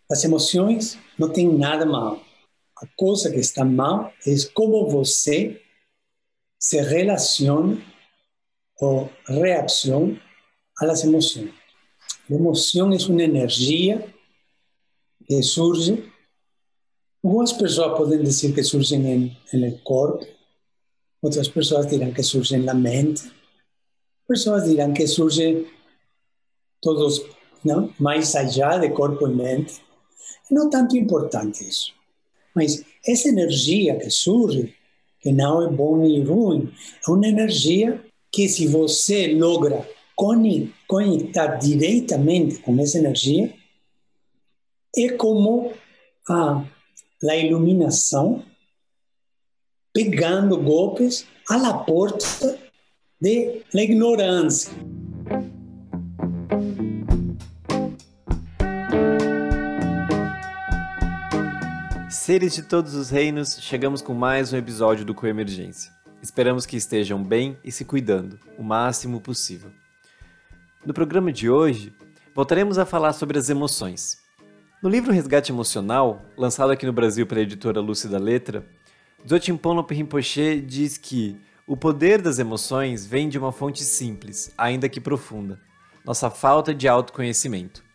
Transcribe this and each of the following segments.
As emoções não têm nada mal. A coisa que está mal é como você se relaciona ou reacciona às emoções. A emoção é uma energia que surge. Algumas pessoas podem dizer que surgem no corpo, outras pessoas dirão que surgem na mente, pessoas dirão que surgem todos, não? Mais allá de corpo e mente. Não é tanto importante isso. Mas essa energia que surge, que não é bom nem ruim, é uma energia que se você logra conectar diretamente com essa energia, é como a iluminação pegando golpes à la porta da ignorância. Seres de todos os reinos, chegamos com mais um episódio do Coemergência. Esperamos que estejam bem e se cuidando, o máximo possível. No programa de hoje, voltaremos a falar sobre as emoções. No livro Resgate Emocional, lançado aqui no Brasil pela editora Lúcida Letra, Dzogchen Ponlop Rinpoche diz que o poder das emoções vem de uma fonte simples, ainda que profunda, nossa falta de autoconhecimento.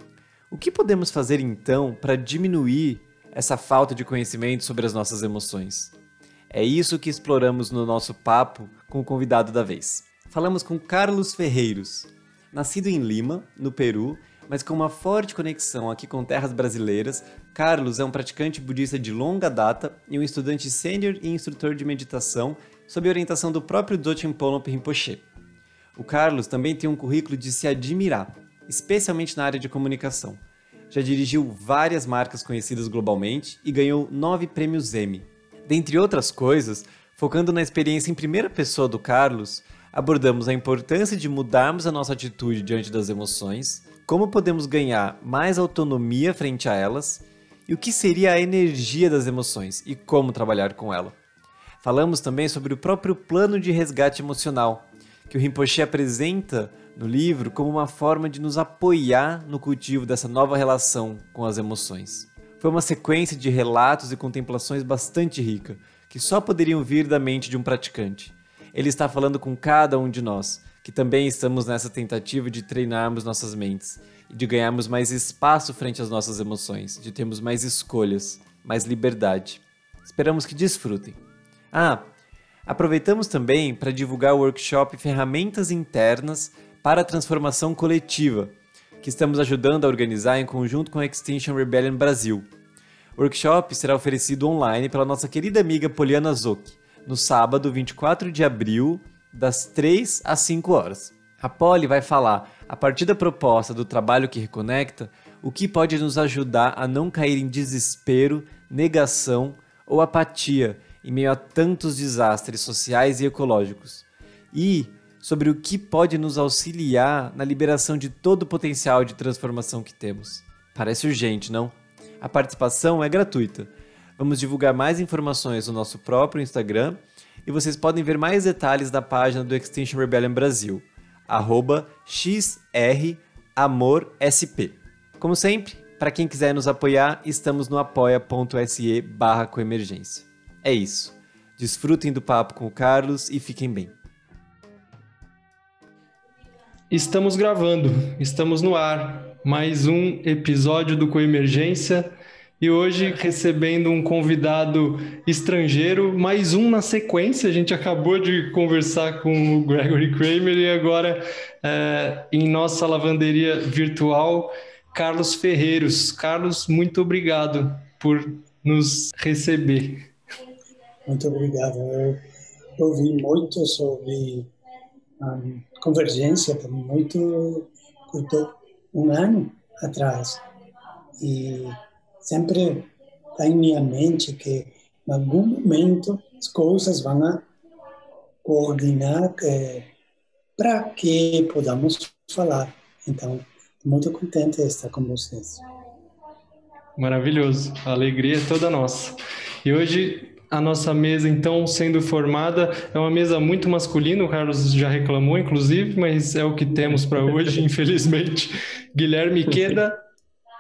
O que podemos fazer então para diminuir essa falta de conhecimento sobre as nossas emoções? É isso que exploramos no nosso papo com o convidado da vez. Falamos com Carlos Ferreiros, nascido em Lima, no Peru, mas com uma forte conexão aqui com terras brasileiras. Carlos é um praticante budista de longa data e um estudante sênior e instrutor de meditação sob orientação do próprio Dzogchen Ponlop Rinpoche. O Carlos também tem um currículo de se admirar, especialmente na área de comunicação. Já dirigiu várias marcas conhecidas globalmente e ganhou 9 prêmios Emmy. Dentre outras coisas, focando na experiência em primeira pessoa do Carlos, abordamos a importância de mudarmos a nossa atitude diante das emoções, como podemos ganhar mais autonomia frente a elas e o que seria a energia das emoções e como trabalhar com ela. Falamos também sobre o próprio plano de resgate emocional, que o Rinpoche apresenta no livro como uma forma de nos apoiar no cultivo dessa nova relação com as emoções. Foi uma sequência de relatos e contemplações bastante rica, que só poderiam vir da mente de um praticante. Ele está falando com cada um de nós, que também estamos nessa tentativa de treinarmos nossas mentes e de ganharmos mais espaço frente às nossas emoções, de termos mais escolhas, mais liberdade. Esperamos que desfrutem. Aproveitamos também para divulgar o workshop Ferramentas Internas para a Transformação Coletiva, que estamos ajudando a organizar em conjunto com a Extinction Rebellion Brasil. O workshop será oferecido online pela nossa querida amiga Poliana Zoc, no sábado, 24 de abril, das 3 às 5 horas. A Poli vai falar, a partir da proposta do trabalho que reconecta, o que pode nos ajudar a não cair em desespero, negação ou apatia em meio a tantos desastres sociais e ecológicos. E sobre o que pode nos auxiliar na liberação de todo o potencial de transformação que temos. Parece urgente, não? A participação é gratuita. Vamos divulgar mais informações no nosso próprio Instagram e vocês podem ver mais detalhes da página do Extinction Rebellion Brasil, @XRAmorSP. Como sempre, para quem quiser nos apoiar, estamos no apoia.se/coemergência. É isso. Desfrutem do papo com o Carlos e fiquem bem. Estamos gravando, estamos no ar. Mais um episódio do Coemergência e hoje recebendo um convidado estrangeiro, mais um na sequência. A gente acabou de conversar com o Gregory Kramer e agora em nossa lavanderia virtual, Carlos Ferreiros. Carlos, muito obrigado por nos receber. Muito obrigado. Eu ouvi muito sobre convergência, muito curto, um ano atrás. E sempre está em minha mente que, em algum momento, as coisas vão a coordenar para que podamos falar. Então, estou muito contente de estar com vocês. Maravilhoso, a alegria é toda nossa. E hoje a nossa mesa, então, sendo formada, é uma mesa muito masculina, o Carlos já reclamou, inclusive, mas é o que temos para hoje, infelizmente. Guilherme Queda.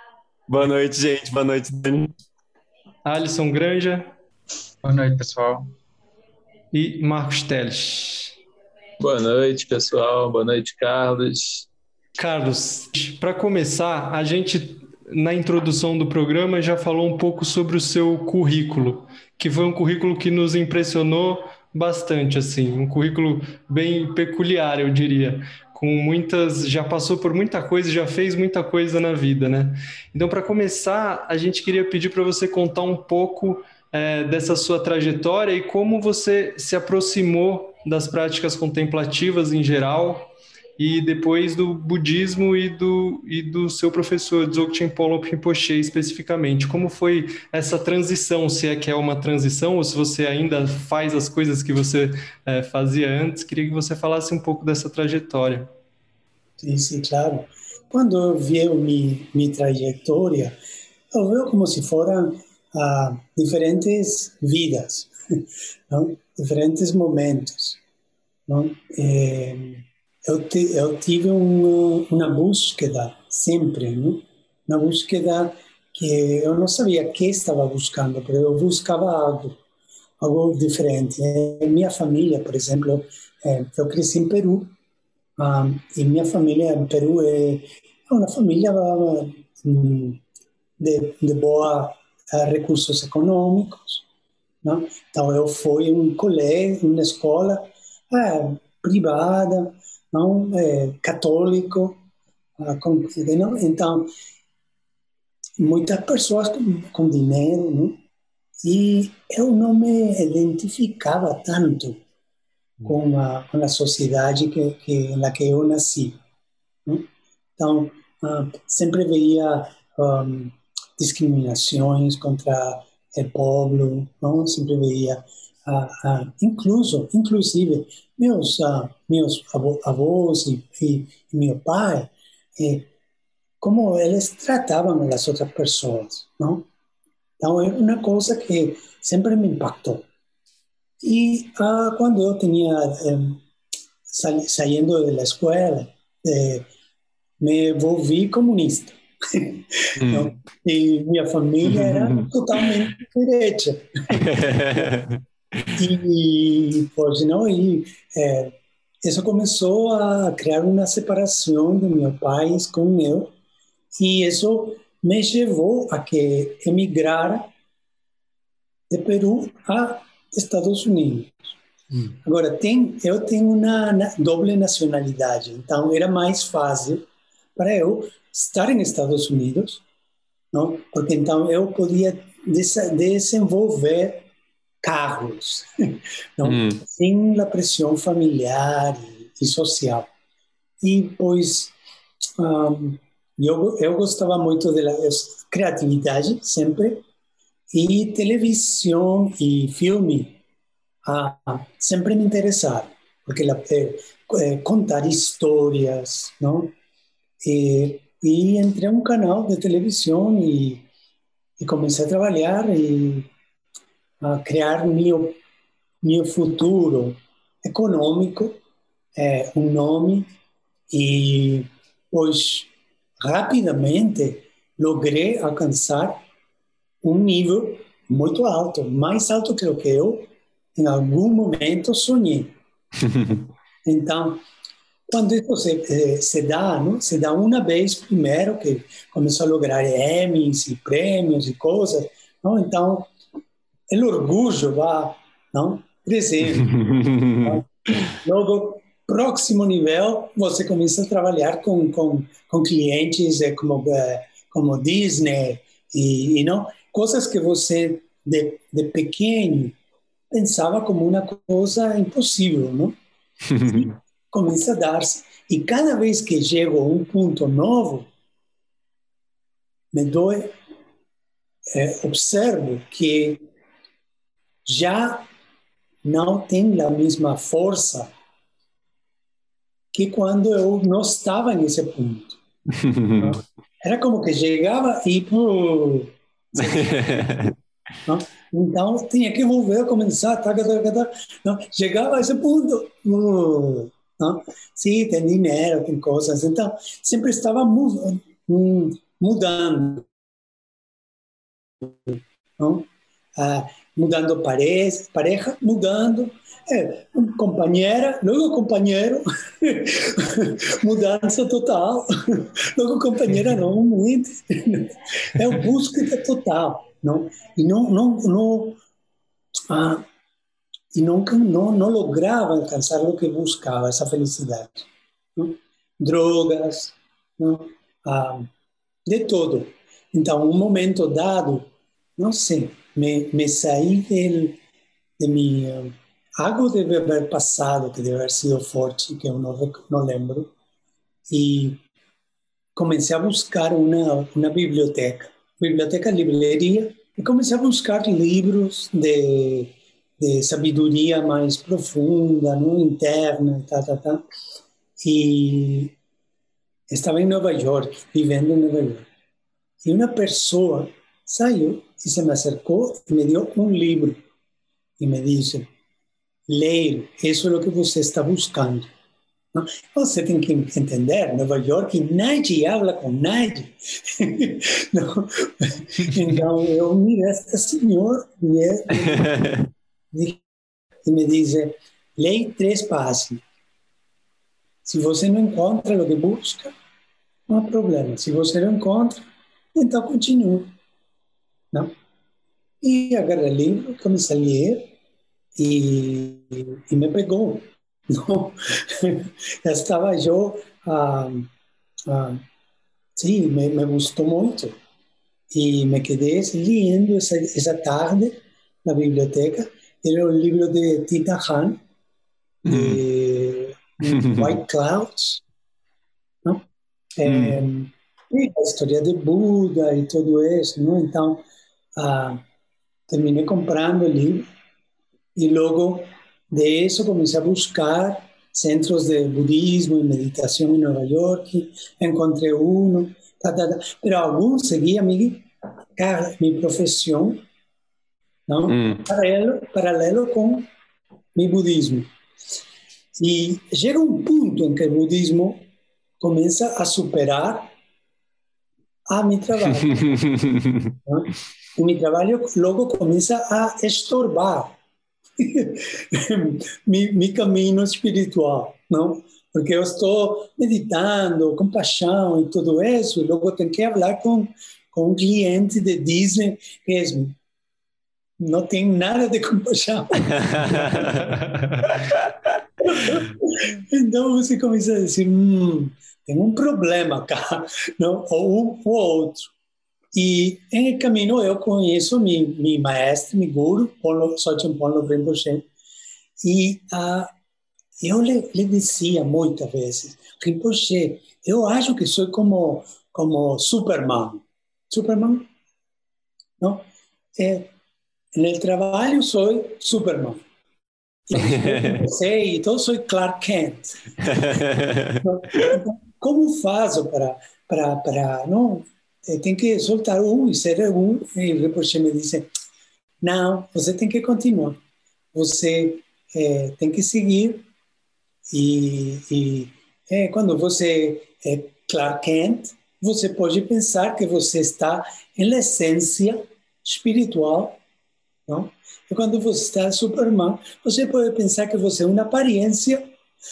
Boa noite, gente. Boa noite, Dani. Alisson Granja Boa noite, pessoal. e Marcos Teles. Boa noite, pessoal. Boa noite, Carlos. Carlos, para começar, a gente, na introdução do programa, já falou um pouco sobre o seu currículo, que foi um currículo que nos impressionou bastante, assim, um currículo bem peculiar, eu diria, com muitas, já passou por muita coisa, já fez muita coisa na vida, né? Então, para começar, a gente queria pedir para você contar um pouco dessa sua trajetória e como você se aproximou das práticas contemplativas em geral e depois do budismo e do seu professor, Dzogchen Polop Rinpoche, especificamente. Como foi essa transição, se é que é uma transição, ou se você ainda faz as coisas que você fazia antes? Queria que você falasse um pouco dessa trajetória. Sim, claro. Quando eu vi minha trajetória, eu vejo como se foram diferentes vidas, não? Diferentes momentos. Não? Eu tive uma búsqueda sempre, né? Uma búsqueda que eu não sabia o que estava buscando, mas eu buscava algo diferente. Minha família, por exemplo, eu cresci em Peru, e minha família em Peru é uma família de boa recursos econômicos, não? Então eu fui em um colégio, uma escola privada, não, católico, não? Então muitas pessoas com dinheiro, não? E eu não me identificava tanto com a sociedade na que eu nasci, não? Então sempre veia discriminações contra o povo, não? Sempre veia inclusive meus avós e meu pai, como eles tratavam as outras pessoas, não? Então é uma coisa que sempre me impactou. E quando eu tinha saindo da escola, me volvi comunista. Não? E minha família era totalmente direita. E pois não, isso começou a criar uma separação de meu pai com eu, e isso me levou a que emigrar de Peru a Estados Unidos. Agora, eu tenho uma doble nacionalidade, então era mais fácil para eu estar em Estados Unidos, não? Porque então eu podia desenvolver carros, não? Sem a pressão familiar e social. E, pois, eu gostava muito da criatividade, sempre, e televisão e filme sempre me interessaram, porque contar histórias, não? E entrei em um canal de televisão e comecei a trabalhar e a criar meu futuro econômico, um nome, e pois rapidamente logrei alcançar um nível muito alto, mais alto que o que eu em algum momento sonhei. Então, quando isso se dá, não? Se dá uma vez primeiro que começou a lograr Emmys e prêmios e coisas, não? Então o orgulho vai, não? Crescendo. Então, logo, próximo nível, você começa a trabalhar com clientes como Disney e não? Coisas que você de pequeno pensava como uma coisa impossível, não? E começa a dar-se. E cada vez que chego a um ponto novo, observo que já não tem a mesma força que quando eu não estava nesse ponto. Era como que chegava e... não? Então, tinha que volver a começar. Não? Chegava a esse ponto. Não? Sim, tem dinheiro, tem coisas. Então, sempre estava mudando. não? Mudando pareja, mudando, companheira, logo companheiro, mudança total, logo companheira novamente, é búsqueda total, não? E não lograva alcançar o que buscava, essa felicidade, não? Drogas, não? De todo. Então, um momento dado, não sei, me saí de minha... Algo deve haver passado, que deve haver sido forte, que eu não lembro, e comecei a buscar uma biblioteca, livraria, e comecei a buscar livros de sabedoria mais profunda, não interna, e estava em Nova York, vivendo em Nova York. E uma pessoa saiu e se me acercou e me deu um livro e me disse: leia, isso é o que você está buscando. Não? Você tem que entender, Nova York, nadie habla com nadie. Não? Então, eu mirei esta senhora e me disse: leia 3 páginas. Se você não encontra o que busca, não há problema. Se você não encontra, então continue. Não? E agarrei o livro, comecei a ler e me pegou. Não? Estava eu, sim, me gostou muito. E me quedei lendo essa tarde na biblioteca. Era o livro de Thich Nhat Hanh, de White Clouds, não? E a história de Buda e tudo isso, não? Então, terminei comprando o livro e logo de isso comecei a buscar centros de budismo e meditação em Nova York, encontrei um, pero alguns seguiam minha profissão, não? Paralelo com meu budismo. E chega um ponto em que o budismo começa a superar a meu trabalho. E meu trabalho logo começa a estorbar meu caminho espiritual, não? Porque eu estou meditando com paixão e tudo isso, e logo tenho que falar com um cliente de Disney que não tem nada de compaixão. Então você começa a dizer, tem um problema cá, não? Ou um ou outro. E em caminho eu conheço meu maestro, meu guru, Sochen Ponlo Rinpoche, e eu lhe dizia muitas vezes: Rinpoche, eu acho que sou como Superman. Superman? Não? No trabalho sou Superman. E então sou Clark Kent. Então, como faço para não? Tem que soltar e ser um. E o Rinpoche me disse: não, você tem que continuar. Você tem que seguir. E quando você é Clark Kent, você pode pensar que você está em essência espiritual, não? E quando você está Superman, você pode pensar que você é uma aparência,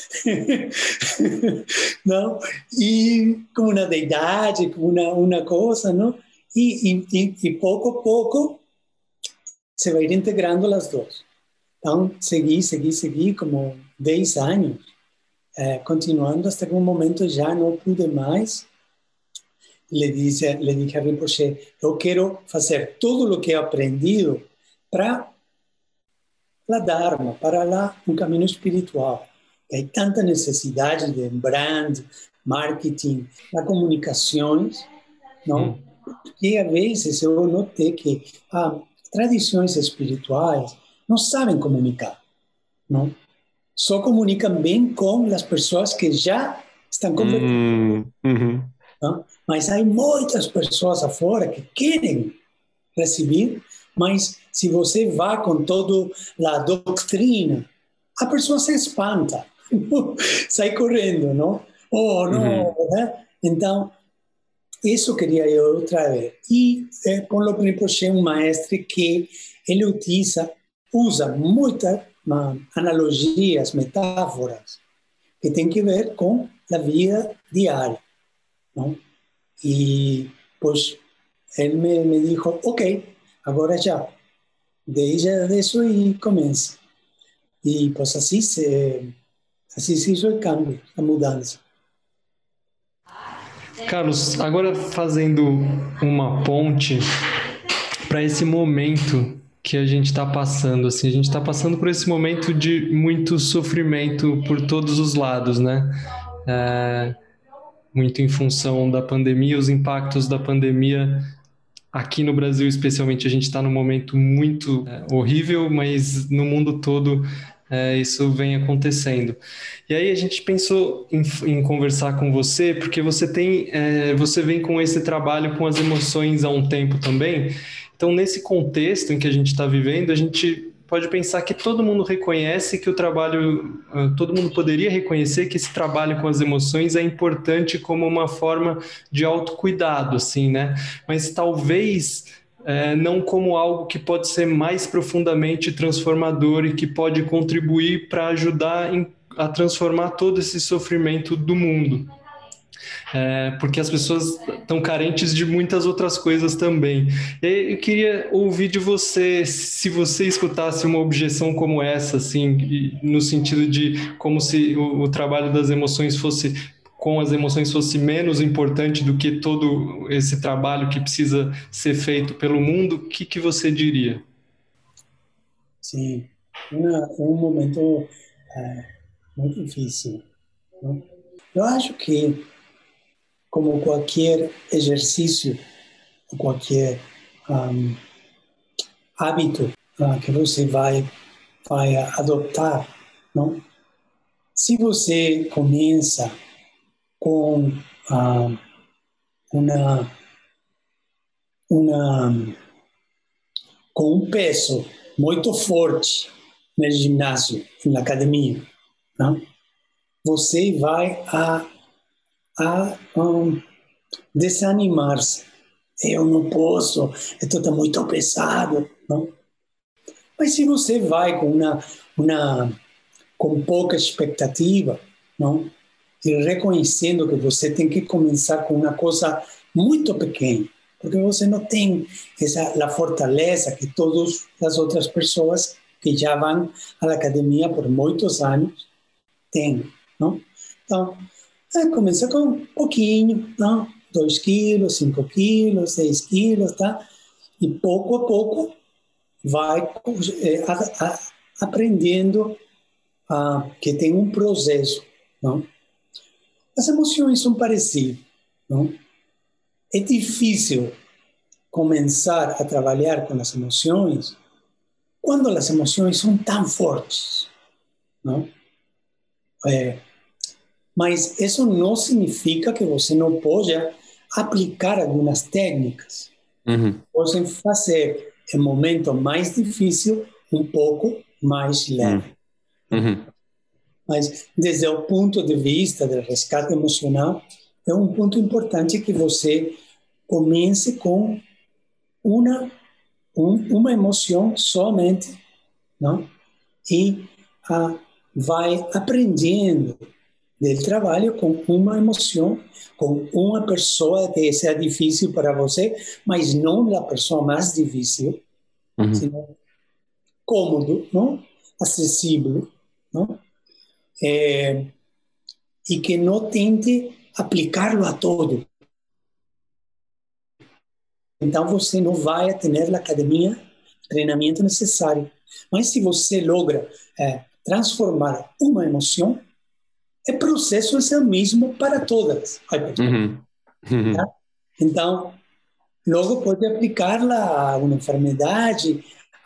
não? E com uma deidade, com uma coisa, não? E pouco a pouco você vai integrando as duas. Então, segui como 10 anos, continuando até que um momento já não pude mais. Le dije a Rinpoche: eu quero fazer tudo o que eu aprendi para a Dharma, para lá um caminho espiritual. Hay tanta necessidade de brand, marketing, de comunicações, não? Porque às vezes eu notei que tradições espirituais não sabem comunicar, não? Só comunicam bem com as pessoas que já estão convertidas. Não? Mas há muitas pessoas afora que querem receber, mas se você vai com toda a doutrina, a pessoa se espanta, sai correndo, não? Oh, não, né? Então, isso queria eu trazer. E, por exemplo, achei um mestre que ele usa muitas analogias, metáforas, que tem que ver com a vida diária, não? E, pois, ele me disse, ok, agora já, deixa disso e começa. E, pois, assim se hizo o cambio, a mudança. Carlos, agora fazendo uma ponte para esse momento que a gente está passando, assim, a gente está passando por esse momento de muito sofrimento por todos os lados, né? Muito em função da pandemia, os impactos da pandemia. Aqui no Brasil, especialmente, a gente está num momento muito horrível, mas no mundo todo isso vem acontecendo. E aí a gente pensou em conversar com você, porque você vem com esse trabalho com as emoções há um tempo também. Então, nesse contexto em que a gente está vivendo, a gente pode pensar que todo mundo reconhece que todo mundo poderia reconhecer que esse trabalho com as emoções é importante como uma forma de autocuidado, assim, né? Mas talvez não como algo que pode ser mais profundamente transformador e que pode contribuir para ajudar a transformar todo esse sofrimento do mundo. Porque as pessoas estão carentes de muitas outras coisas também. E aí eu queria ouvir de você, se você escutasse uma objeção como essa, assim, no sentido de como se o trabalho das emoções com as emoções fosse menos importante do que todo esse trabalho que precisa ser feito pelo mundo, o que você diria? Sim, um momento muito difícil, não? Eu acho que, como qualquer exercício, qualquer hábito que você vai adotar, não? Se você começa com com um peso muito forte no ginásio, na academia, não? Você vai desanimar-se. Eu não posso, esto está muito pesado, não? Mas se você vai com pouca expectativa, não? E reconhecendo que você tem que começar com uma coisa muito pequena, porque você não tem a fortaleza que todas as outras pessoas que já vão à academia por muitos anos têm, não? Então, começa com um pouquinho, não? 2 quilos, 5 quilos, 6 quilos, tá? E pouco a pouco vai aprendendo que tem um processo, não? As emoções são parecidas, não? É difícil começar a trabalhar com as emoções quando as emoções são tão fortes, não? Mas isso não significa que você não pode aplicar algumas técnicas. Uhum. Você fazer o momento mais difícil um pouco mais leve. Uhum. Mas, desde o ponto de vista do resgate emocional, é um ponto importante que você comece com uma emoção somente, não? E vai aprendendo do trabalho com uma emoção, com uma pessoa que seja difícil para você, mas não a pessoa mais difícil, sino cômodo, não? Acessível, não? E que não tente aplicá-lo a todo. Então você não vai ter na academia treinamento necessário. Mas se você logra transformar uma emoção, o processo é o mesmo para todas. Tá? Então, logo pode aplicá-la a uma enfermidade,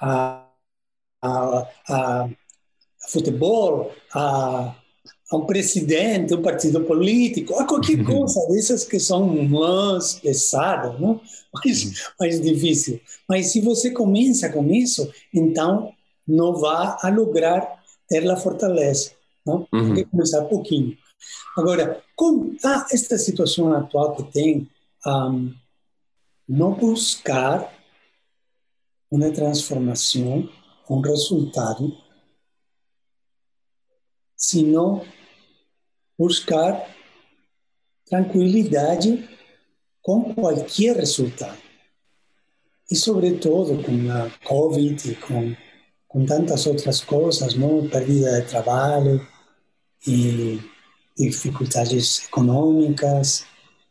a futebol, a um presidente, um partido político, a qualquer coisa dessas que são mais pesadas, não? Mais difícil. Mas se você começa com isso, então não vai lograr ter a fortaleza, não? Tem que começar pouquinho. Agora, com esta situação atual que tem, não buscar uma transformação, um resultado, senão buscar tranquilidade com qualquer resultado. E, sobretudo, com a Covid e com tantas outras coisas, não? Perda de trabalho e dificuldades econômicas.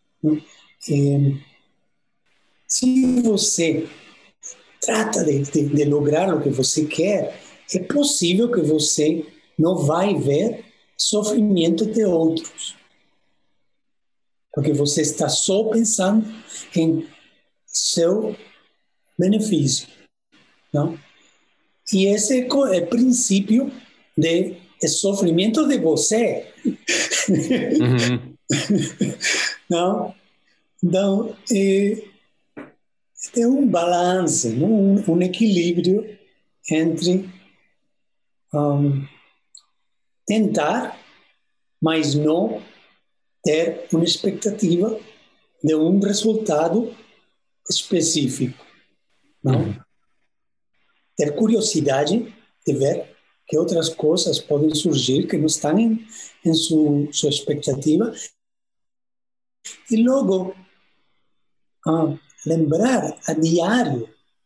Se você trata de lograr o que você quer, é possível que você não vai ver sofrimento de outros. Porque você está só pensando em seu benefício. Não? E esse é o princípio de sofrimento de você. Uhum. Não? Então, tem um balance, um equilíbrio entre tentar, mas não ter uma expectativa de um resultado específico. Não? Uhum. Ter curiosidade de ver que outras coisas podem surgir que não estão em sua expectativa. E logo, lembrar a diário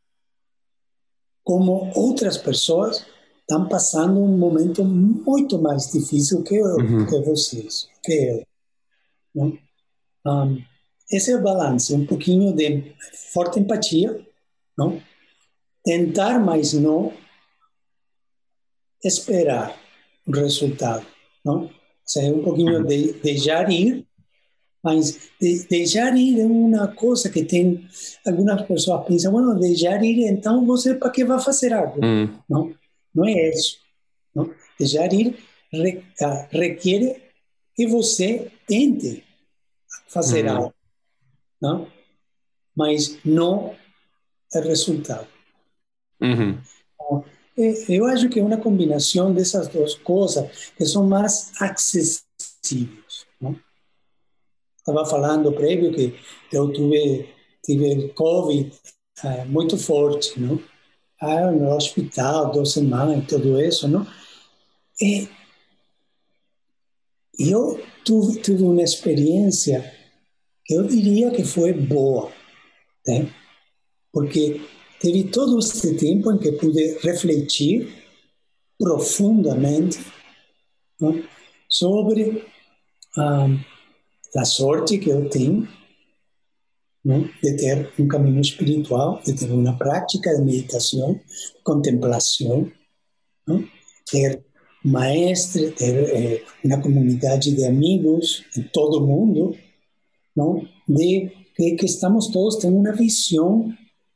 como outras pessoas estão passando um momento muito mais difícil que que vocês, que eu. Não? Esse é o balance, um pouquinho de forte empatia, não? Tentar, mas não esperar o resultado, não? Ou seja, um pouquinho de deixar ir, mas deixar ir é uma coisa que tem algumas pessoas pensam, bueno, deixar ir, então você para que vai fazer algo? Não, não é isso. Não? Deixar ir requer que você tente fazer algo, não? Mas não é resultado. Uhum. Eu acho que é uma combinação dessas duas coisas que são mais acessíveis. Não? Estava falando prévio que eu tive Covid muito forte, não? No hospital, 2 semanas, tudo isso, não? E eu tive uma experiência que eu diria que foi boa, né? Porque teve todo esse tempo em que pude refletir profundamente, não? Sobre a sorte que eu tenho, não? De ter um caminho espiritual, de ter uma prática de meditação, contemplação, não? Ter maestre, ter uma comunidade de amigos em todo o mundo, não? De que estamos todos tendo uma visão,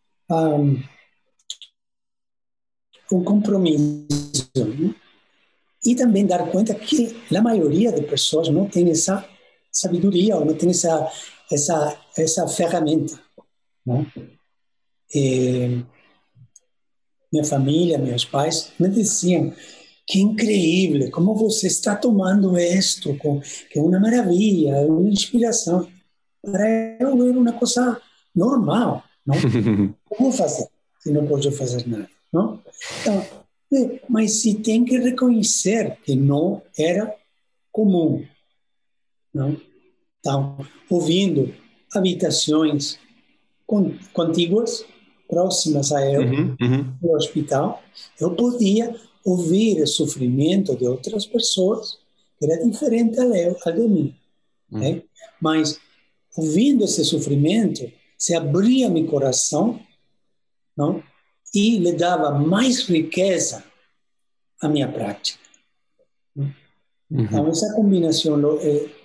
um compromisso, não? E também dar conta que a maioria de pessoas não tem essa sabedoria ou não tem essa ferramenta, não? Minha família, meus pais me diziam: que incrível, como você está tomando isto, que é uma maravilha, é uma inspiração. Para eu era uma coisa normal, não? Como fazer se não posso fazer nada, não? Então, mas se tem que reconhecer que não era comum, não? Então, ouvindo habitações contíguas, próximas a eu, no hospital, eu podia ouvir o sofrimento de outras pessoas que era diferente ao de mim, né? Mas ouvindo esse sofrimento, se abria meu coração, não? E lhe dava mais riqueza à minha prática. Então, essa combinação, no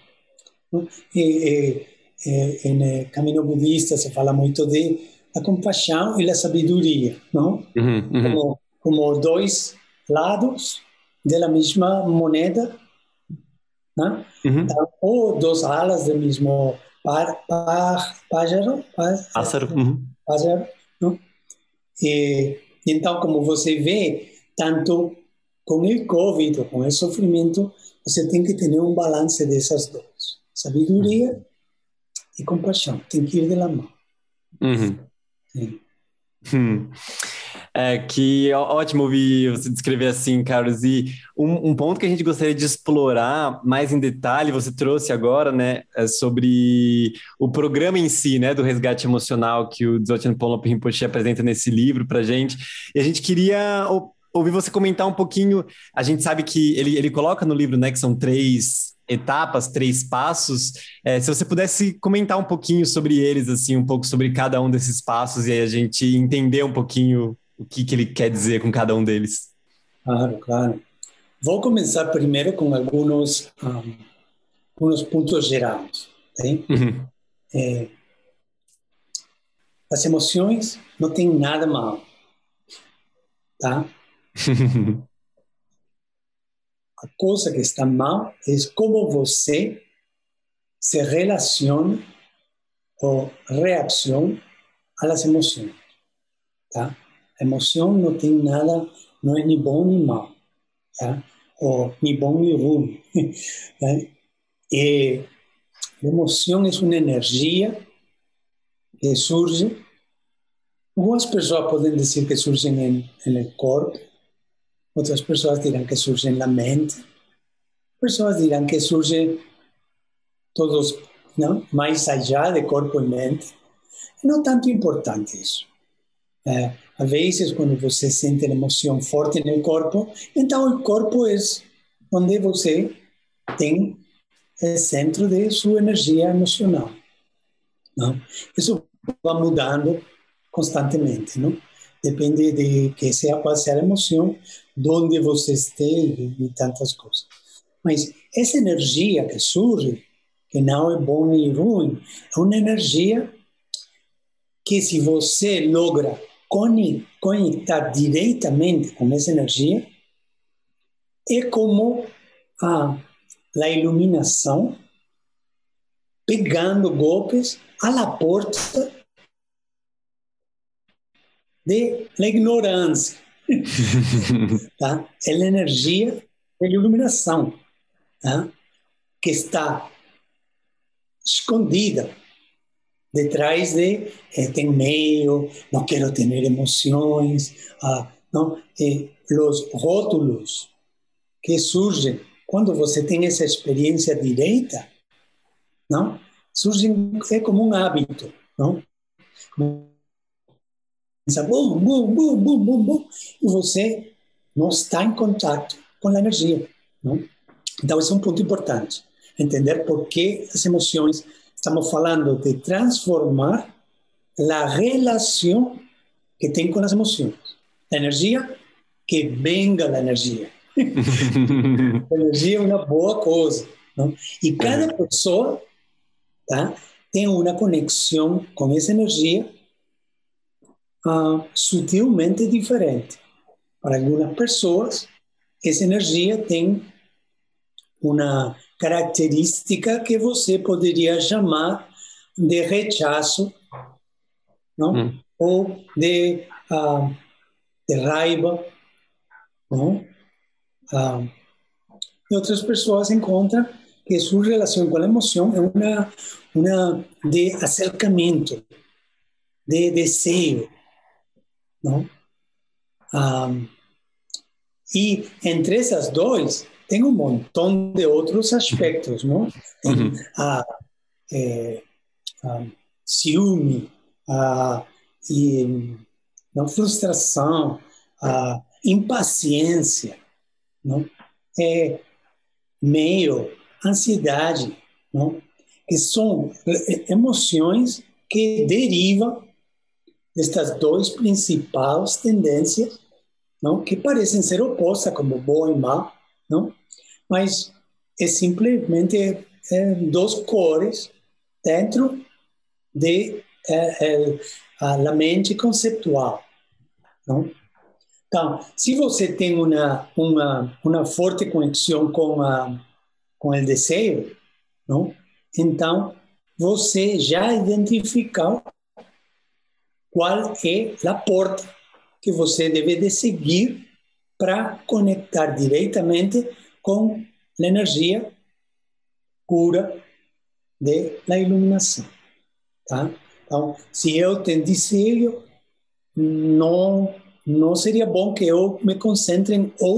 caminho budista se fala muito de a compaixão e a sabedoria, não? Como dois lados da mesma moneda, né? Então, ou duas alas do mesmo pájaro, pájaro, não? Então, como você vê, tanto com o Covid ou com o sofrimento, você tem que ter um balance dessas duas. Sabedoria e compaixão. Tem que ir de la mão. Uhum. Sim. Que ótimo ouvir você descrever assim, Carlos. E um ponto que a gente gostaria de explorar mais em detalhe, você trouxe agora, né, é sobre o programa em si, né, do resgate emocional que o Dzogchen Ponlop Rinpoche apresenta nesse livro para gente. E a gente queria ouvir você comentar um pouquinho. A gente sabe que ele coloca no livro, né, que são 3 etapas, 3 passos. Se você pudesse comentar um pouquinho sobre eles, assim, um pouco sobre cada um desses passos, e aí a gente entender um pouquinho o que ele quer dizer com cada um deles. Claro, claro. Vou começar primeiro com alguns pontos gerais. Tá? Uhum. As emoções não tem nada mal, tá? A coisa que está mal é como você se relaciona ou reacciona às emoções, tá? A emoção não tem nada, não é nem bom nem mal, tá? Ou nem bom nem ruim. Tá? E a emoção é uma energia que surge. Algumas pessoas podem dizer que surgem no corpo, outras pessoas dirão que surgem na mente, pessoas dirão que surgem todos, não? Mais allá de corpo e mente. Não é tanto importante isso. Às vezes, quando você sente uma emoção forte no corpo, então o corpo é onde você tem o centro de sua energia emocional. Não? Isso vai mudando constantemente, não? Depende de qual seja a emoção, de onde você esteja e tantas coisas. Mas essa energia que surge, que não é bom nem ruim, é uma energia que, se você logra conectar diretamente com essa energia, é como a iluminação pegando golpes à porta da ignorância. Tá? É a energia da iluminação, tá? Que está escondida detrás de tenho medo, não quero ter emoções, não? Os rótulos que surgem quando você tem essa experiência direta, não? Surgem como um hábito, não? Bum, bum, bum, bum, bum, bum, e você não está em contato com a energia, não? Então, esse é um ponto importante. Entender por que as emoções. Estamos falando de transformar a relação que tem com as emoções. A energia, que venga a energia. A energia é uma boa coisa. Não? E cada pessoa, tá, tem uma conexão com essa energia sutilmente diferente. Para algumas pessoas, essa energia tem uma característica que você poderia chamar de rechaço, não? Ou de raiva, não? E outras pessoas encontram que sua relação com a emoção é uma de acercamento, de desejo, não? E entre essas duas tem um montão de outros aspectos, não? Tem ciúme, e não, frustração, impaciência, não? Medo, ansiedade, não? Que são emoções que derivam destas duas principais tendências, não? Que parecem ser opostas, como bom e mal, não? Mas é simplesmente duas cores dentro de a mente conceptual, não? Então, se você tem uma forte conexão com o desejo, não? Então você já identificou qual é a porta que você deve de seguir para conectar diretamente com a energia pura da iluminação. tá? Então, se eu tenho desejo, não seria bom que eu me concentre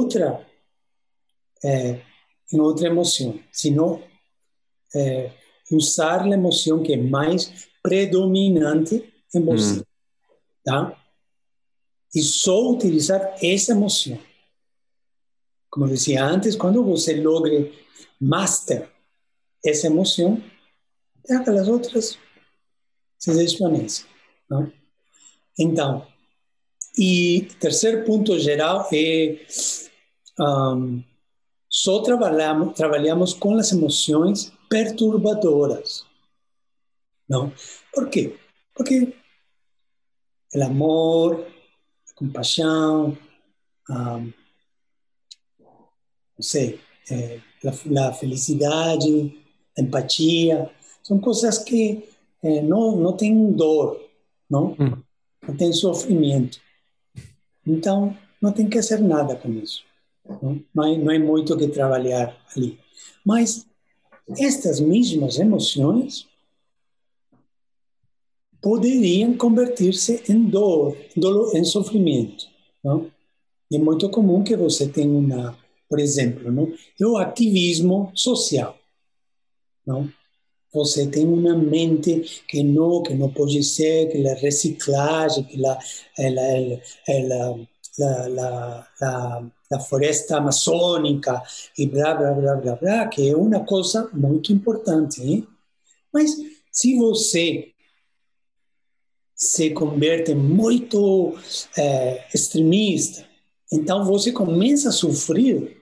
em outra emoção, senão usar a emoção que é mais predominante em você, tá? E só utilizar essa emoção. Como eu dizia antes, quando você logra master essa emoção, aquelas outras se desvanecem, não? Então, e terceiro ponto geral é só trabalhamos com as emoções perturbadoras, não? Por quê? Porque o amor, a compaixão, não sei, a felicidade, a empatia, são coisas que não têm dor, não? Não tem sofrimento. Então, não tem que fazer nada com isso. Não é muito que trabalhar ali. Mas estas mesmas emoções poderiam convertir-se em dor, em sofrimento. Não? E é muito comum que você tenha por exemplo, não? O ativismo social. Não? Você tem uma mente que não pode ser, que a reciclagem, que a floresta amazônica e blá, blá, blá, blá, blá, que é uma coisa muito importante. Hein? Mas se você se converte muito extremista, então você começa a sofrer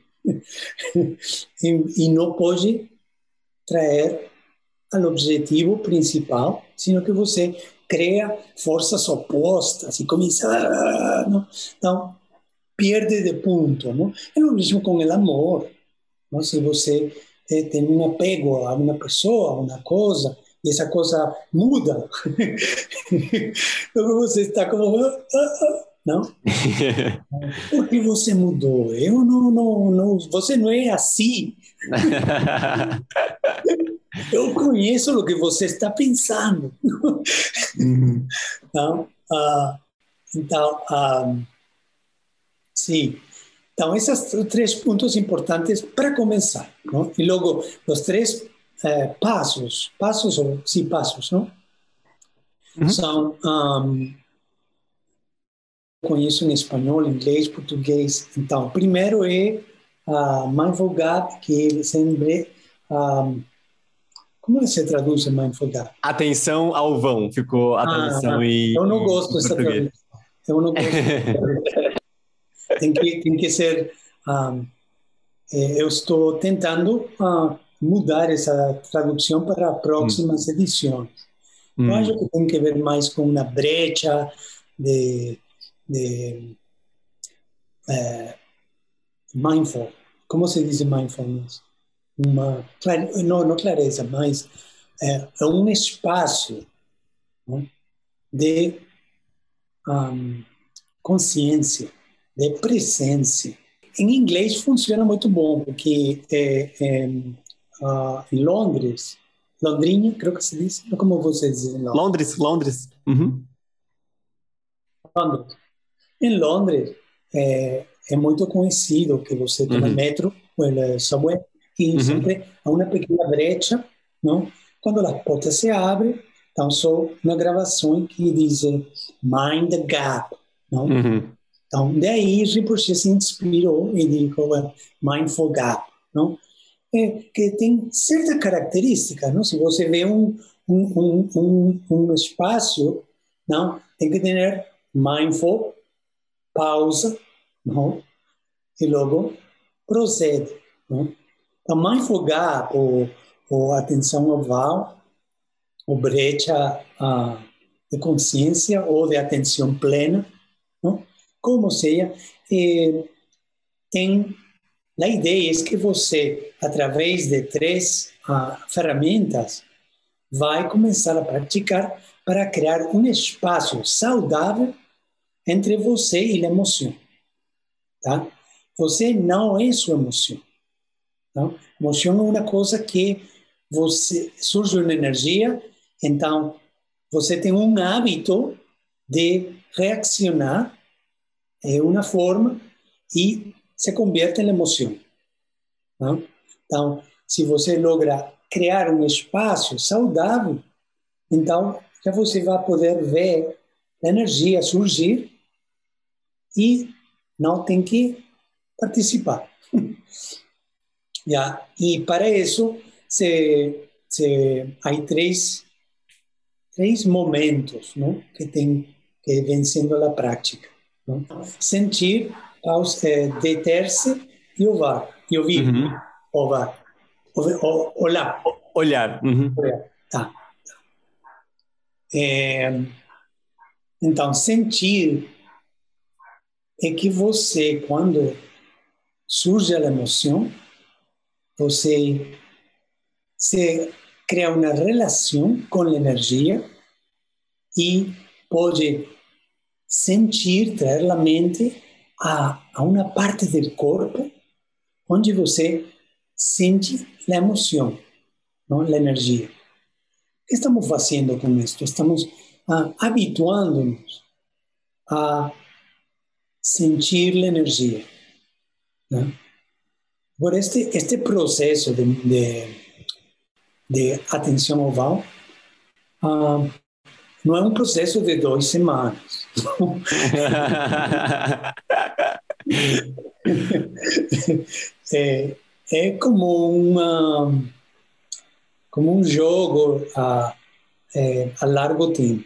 e não pode trazer ao objetivo principal, sino que você cria forças opostas e começa não? Então, perde de ponto. Não? É o mesmo com o amor. Não? Se você tem um apego a uma pessoa, a uma coisa, e essa coisa muda, então você está como... não? Por que você mudou? Eu não, você não é assim. Eu conheço o que você está pensando. Então, sim. Então, esses são 3 pontos importantes para começar. Não? E logo, os 3 passos, não? São, conheço em espanhol, inglês, português. Então, primeiro é Mindful Gap, que sempre... como se traduz Mindful Gap? Atenção ao vão, ficou a tradução eu não gosto dessa português. tradução. Eu não gosto. tem que ser... eu estou tentando mudar essa tradução para próximas edições. Eu acho que tem que ver mais com uma brecha de mindful. Como se diz mindfulness? Não clareza, mas é um espaço, não? De consciência, de presença. Em inglês funciona muito bom, porque em Londres, Londrina, creio que se diz, como você diz? Londres. Uhum. Londres. Em Londres, é muito conhecido que você toma metro ou subway e sempre há uma pequena brecha, não? Quando a porta se abre, então só uma gravação que diz Mind the Gap, não? Então, daí Rinpoche se inspirou e disse Mindful Gap, não? Que tem certa característica, não? Se você vê um espaço, não? Tem que ter mindful, pausa, não? E logo procede, não? Então, mindful gap, ou atenção oval, ou brecha de consciência, ou de atenção plena, não? Como seja, tem a ideia é que você, através de 3 ferramentas, vai começar a praticar para criar um espaço saudável entre você e a emoção. Tá? Você não é sua emoção. Tá? Emoção é uma coisa que surge uma energia, então você tem um hábito de reaccionar de uma forma e se converte em emoção. Não? Então, se você logra criar um espaço saudável, então já você vai poder ver a energia surgir e não tem que participar. E para isso, há três momentos, não? Que tem que vem sendo a prática. Não? Sentir, deter-se e ouvir, ovar, olhar. Olhar. Olhar. Tá. Então, sentir é que você, quando surge a emoção, você se cria uma relação com a energia e pode sentir, trazer a mente a uma parte do corpo onde você sente a emoção, não? A energia. O que estamos fazendo com isso? Estamos habituando-nos a sentir a energia. Né? Por este processo de atenção oval não é um processo de 2 semanas. É como um jogo a largo tempo.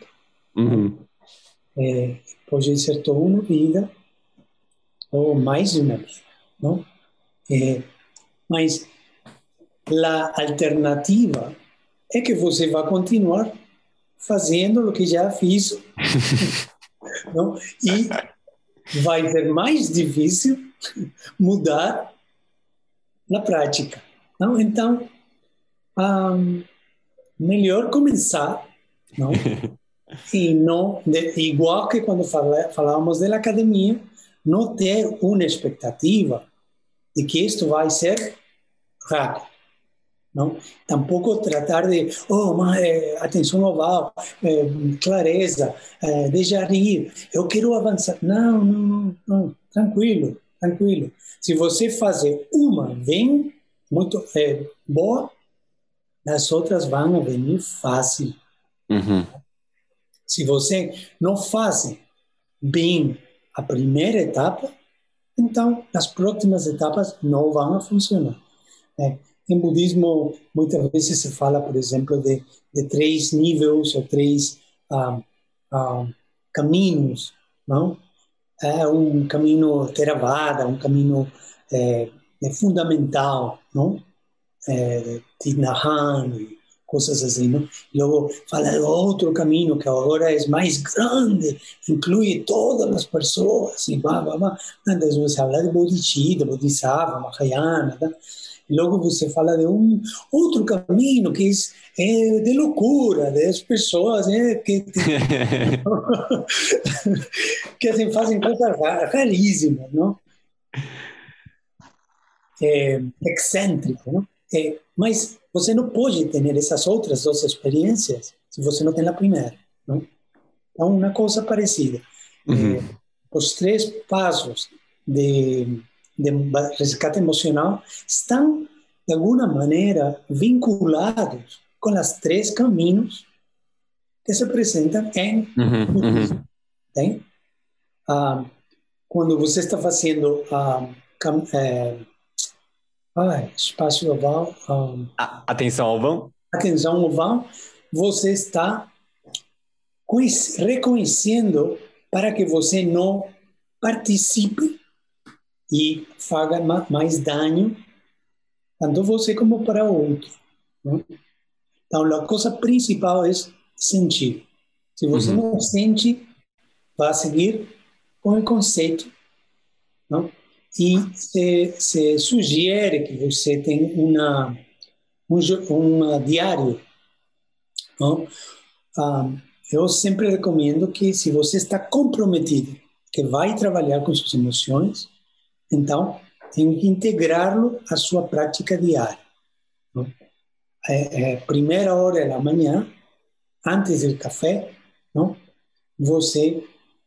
Pode ser toda uma vida ou mais de uma vida, não? Mas a alternativa é que você vai continuar fazendo o que já fiz, não? E vai ser mais difícil mudar na prática, não? Então, melhor começar, não? E não, igual que quando falávamos da academia, não ter uma expectativa de que isto vai ser rápido. Não? Tampouco tratar de, atenção oval, clareza, deixar ir, eu quero avançar. Não, tranquilo. Se você fazer uma bem, muito boa, as outras vão venir fácil. Se você não faz bem a primeira etapa, então as próximas etapas não vão funcionar. Em budismo, muitas vezes se fala, por exemplo, de 3 níveis ou 3 caminhos, não? Um caminho Theravada, um caminho fundamental, não? Tinahan, coisas assim, não? Logo fala de outro caminho que agora é mais grande, inclui todas as pessoas, e Então você fala de Bodhicitta, Bodhisattva, Mahayana, tá? Logo você fala de um outro caminho que é de loucura, das pessoas que assim, fazem coisas raríssimas, não? Excêntrico, não? Mas você não pode ter essas outras 2 experiências se você não tem a primeira, não? Então, uma coisa parecida. Os 3 passos de resgate emocional estão, de alguma maneira, vinculados com os 3 caminhos que se apresentam em budismo. Tem? Quando você está fazendo espaço oval, atenção oval, você está reconhecendo para que você não participe e faça mais dano, tanto você como para o outro. Não? Então, a coisa principal é sentir. Se você não sente, vai seguir com o conceito. Não? E se sugere que você tenha um diário. Não? Eu sempre recomendo que, se você está comprometido, que vai trabalhar com suas emoções, então tem que integrá-lo à sua prática diária. Não? Primeira hora da manhã, antes do café, não? Você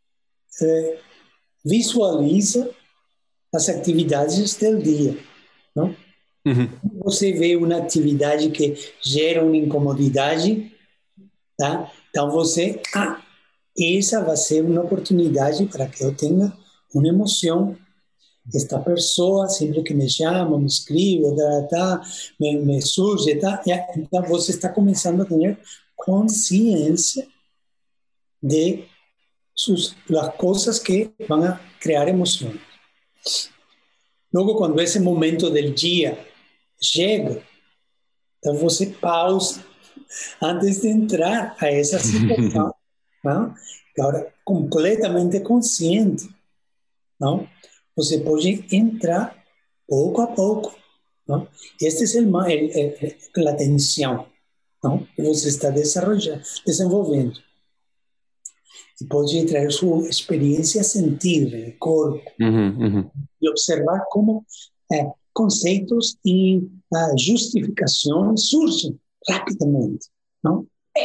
visualiza as atividades do dia, não? Você vê uma atividade que gera uma incomodidade, tá? Então você, essa vai ser uma oportunidade para que eu tenha uma emoção. Esta pessoa sempre que me chama, me escreve, me surge, então você está começando a ter consciência de las coisas que vão a criar emoção. Logo, quando esse momento do dia chega, então você pausa antes de entrar a essa situação, não? Agora, completamente consciente, não? Você pode entrar pouco a pouco, não? Este é a atenção, não? Que você está desenvolvendo. E pode trazer sua experiência a sentir no corpo e observar como conceitos e justificações surgem rapidamente, não?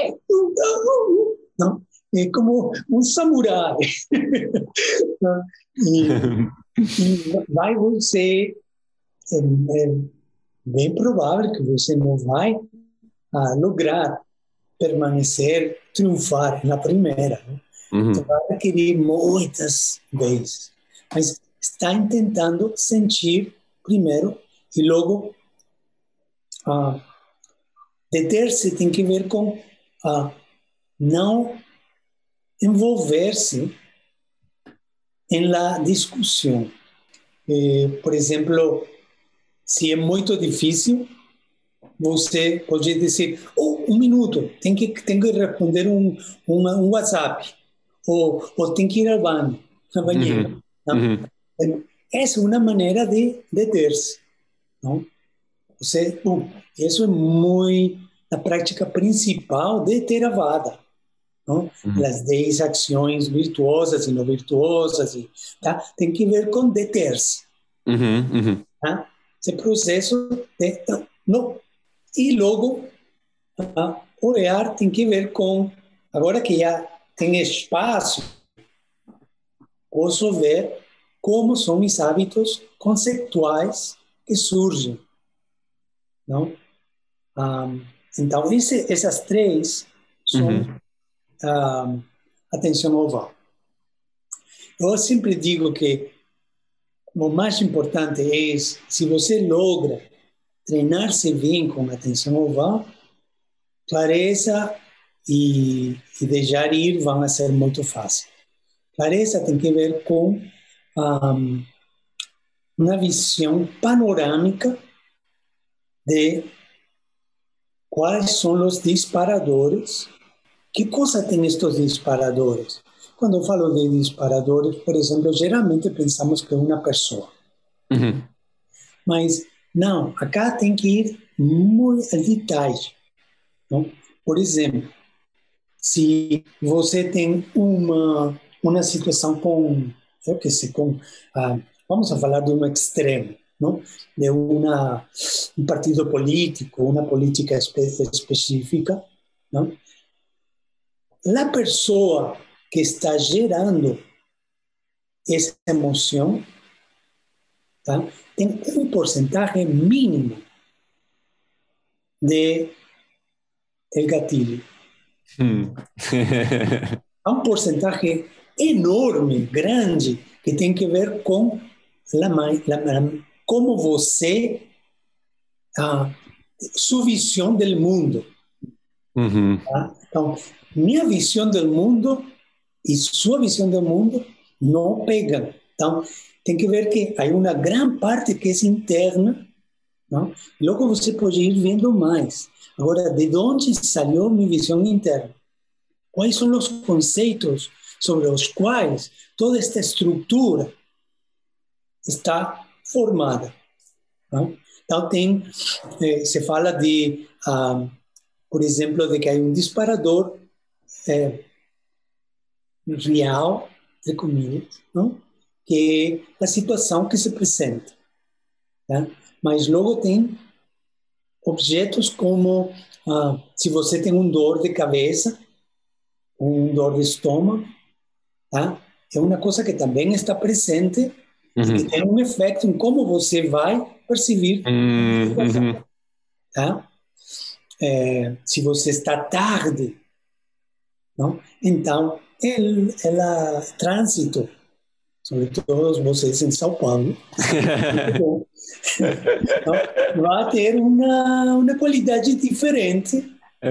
Não? É como um samurai. E vai você, é bem provável que você não vai lograr permanecer, triunfar na primeira. Né? Você vai requerer muitas vezes, mas está tentando sentir primeiro e logo deter-se tem que ver com não envolver-se em la discussão. Por exemplo, se é muito difícil, você pode dizer, um minuto, tem que responder um WhatsApp, ou tem que ir ao banho, na banheira. Essa é uma maneira de deter-se. Não? Isso é muito a prática principal de Theravada. Não? As 10 ações virtuosas e não virtuosas, tá? Tem que ver com deter-se. Tá? Esse processo de... Não. E logo, olhar tem que ver com... Agora que já tem espaço, posso ver como são os hábitos conceituais que surgem. Não? Então, essas 3 são atenção oval. Eu sempre digo que o mais importante é, se você logra treinar-se bem com atenção oval, clareza e deixar ir vão a ser muito fácil. Clareza tem que ver com uma visão panorâmica de quais são os disparadores. Que coisa tem estes disparadores? Quando eu falo de disparadores, por exemplo, geralmente pensamos que é uma pessoa. Mas não, acá tem que ir muito a detalhe. Não? Por exemplo, se você tem uma situação com, eu que sei, vamos falar de um extremo, não? De um partido político, uma política específica, não? A pessoa que está gerando essa emoção, tá? Tem um porcentagem mínimo de gatilho. Há um porcentagem enorme, grande, que tem que ver com como você, sua visão do mundo. Tá? Então, minha visão do mundo e sua visão do mundo não pegam. Então, tem que ver que há uma grande parte que é interna, não? Logo você pode ir vendo mais. Agora, de onde saiu minha visão interna? Quais são os conceitos sobre os quais toda esta estrutura está formada? Não? Então, se fala de, por exemplo, de que há um disparador real, entre comillas, não? Que é a situação que se apresenta. Tá? Mas logo tem objetos como, se você tem dor de cabeça, dor de estômago, tá? É uma coisa que também está presente e que tem um efeito em como você vai perceber a situação, tá? Se você está tarde, não? Então, trânsito, sobretudo vocês em São Paulo, muito bom. Então, vai ter uma qualidade diferente.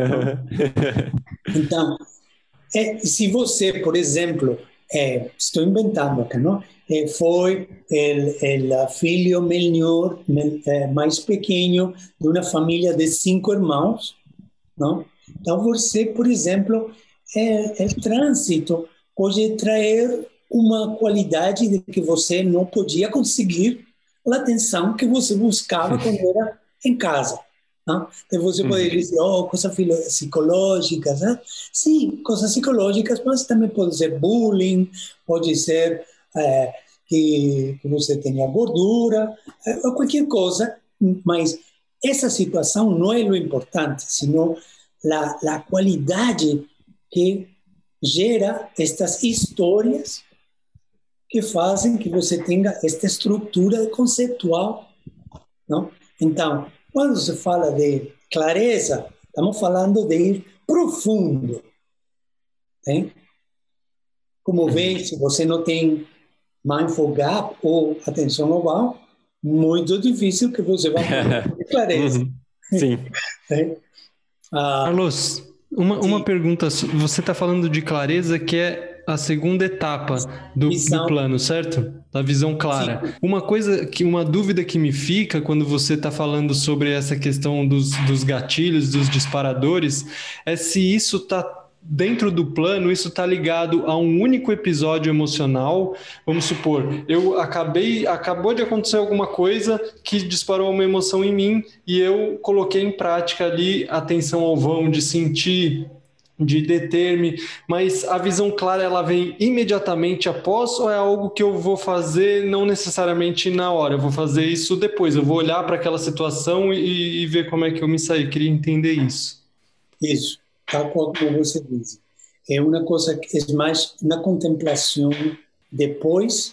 Então, se você, por exemplo, estou inventando aqui, não? Foi o filho menor, mais pequeno, de uma família de 5 irmãos, não? Então, você, por exemplo, o trânsito pode trazer uma qualidade de que você não podia conseguir a atenção que você buscava quando era em casa. Não? Então você poderia dizer, coisas psicológicas, né? Sim, coisas psicológicas, mas também pode ser bullying, pode ser que você tenha gordura, ou qualquer coisa, mas essa situação não é o importante, senão a qualidade que gera estas histórias que fazem que você tenha esta estrutura conceitual, não? Então, quando se fala de clareza, estamos falando de ir profundo. Né? Como vê, se você não tem mindful gap ou atenção global, muito difícil que você vá ter clareza. Sim. Carlos, uma pergunta. Você está falando de clareza, que é a segunda etapa do plano, certo? Da visão clara. Sim. Uma dúvida que me fica quando você está falando sobre essa questão dos gatilhos, dos disparadores, é se isso está dentro do plano, isso está ligado a um único episódio emocional. Vamos supor, acabou de acontecer alguma coisa que disparou uma emoção em mim e eu coloquei em prática ali a atenção ao vão, de sentir, de deter-me, mas a visão clara ela vem imediatamente após ou é algo que eu vou fazer não necessariamente na hora, eu vou fazer isso depois, eu vou olhar para aquela situação e ver como é que eu me saí, queria entender isso. Isso, tal qual como você diz. É uma coisa que é mais na contemplação depois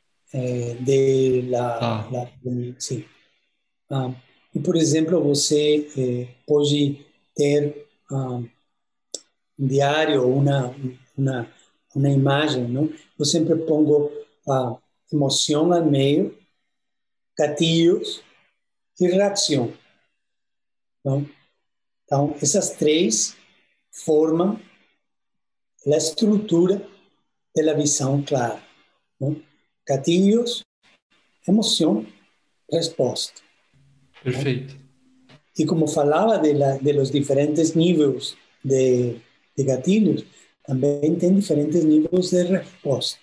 sim. E, por exemplo, você pode ter um diário ou uma imagem, não? Eu sempre pongo a emoção ao meio, gatilhos e reação. Não? Então, essas três formam a estrutura da visão clara. Não? Gatilhos, emoção, resposta. Perfeito. Não? E como falava de los diferentes níveis de gatilhos, também tem diferentes níveis de resposta.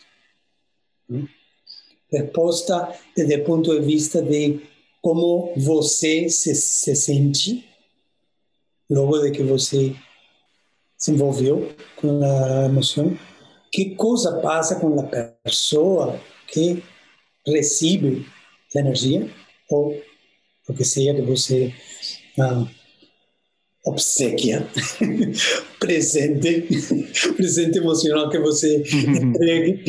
Resposta desde o ponto de vista de como você se sente logo de que você se envolveu com a emoção, que coisa passa com a pessoa que recebe a energia, ou o que seja que você obsequia, presente emocional que você entregue.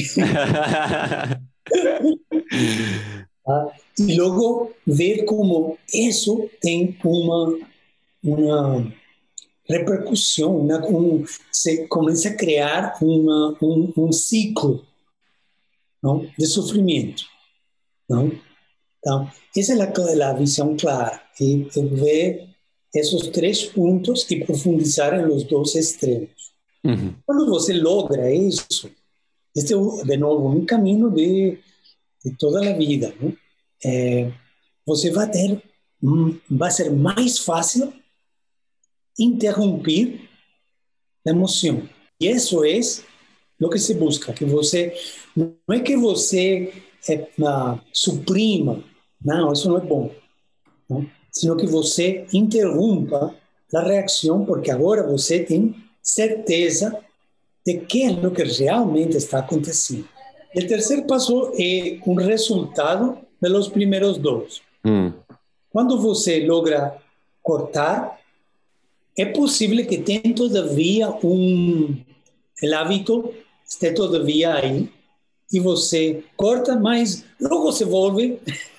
E logo ver como isso tem uma repercussão, se começa a criar um ciclo, não? De sofrimento. Não? Então, essa é a visão clara, e ver esses 3 pontos e profundizar em os 2 extremos. Quando você logra isso, este é, de novo, um caminho de toda a vida. Não? Você vai ser mais fácil interromper a emoção. E isso é o que se busca, que você não é que você suprima, não, isso não é bom, não? Sino que você interrompa a reação, porque agora você tem certeza de que é o que realmente está acontecendo. O terceiro passo é um resultado dos primeiros 2. Quando você logra cortar, é possível que tenha todavia o hábito está todavia aí, e você corta, mas logo se volve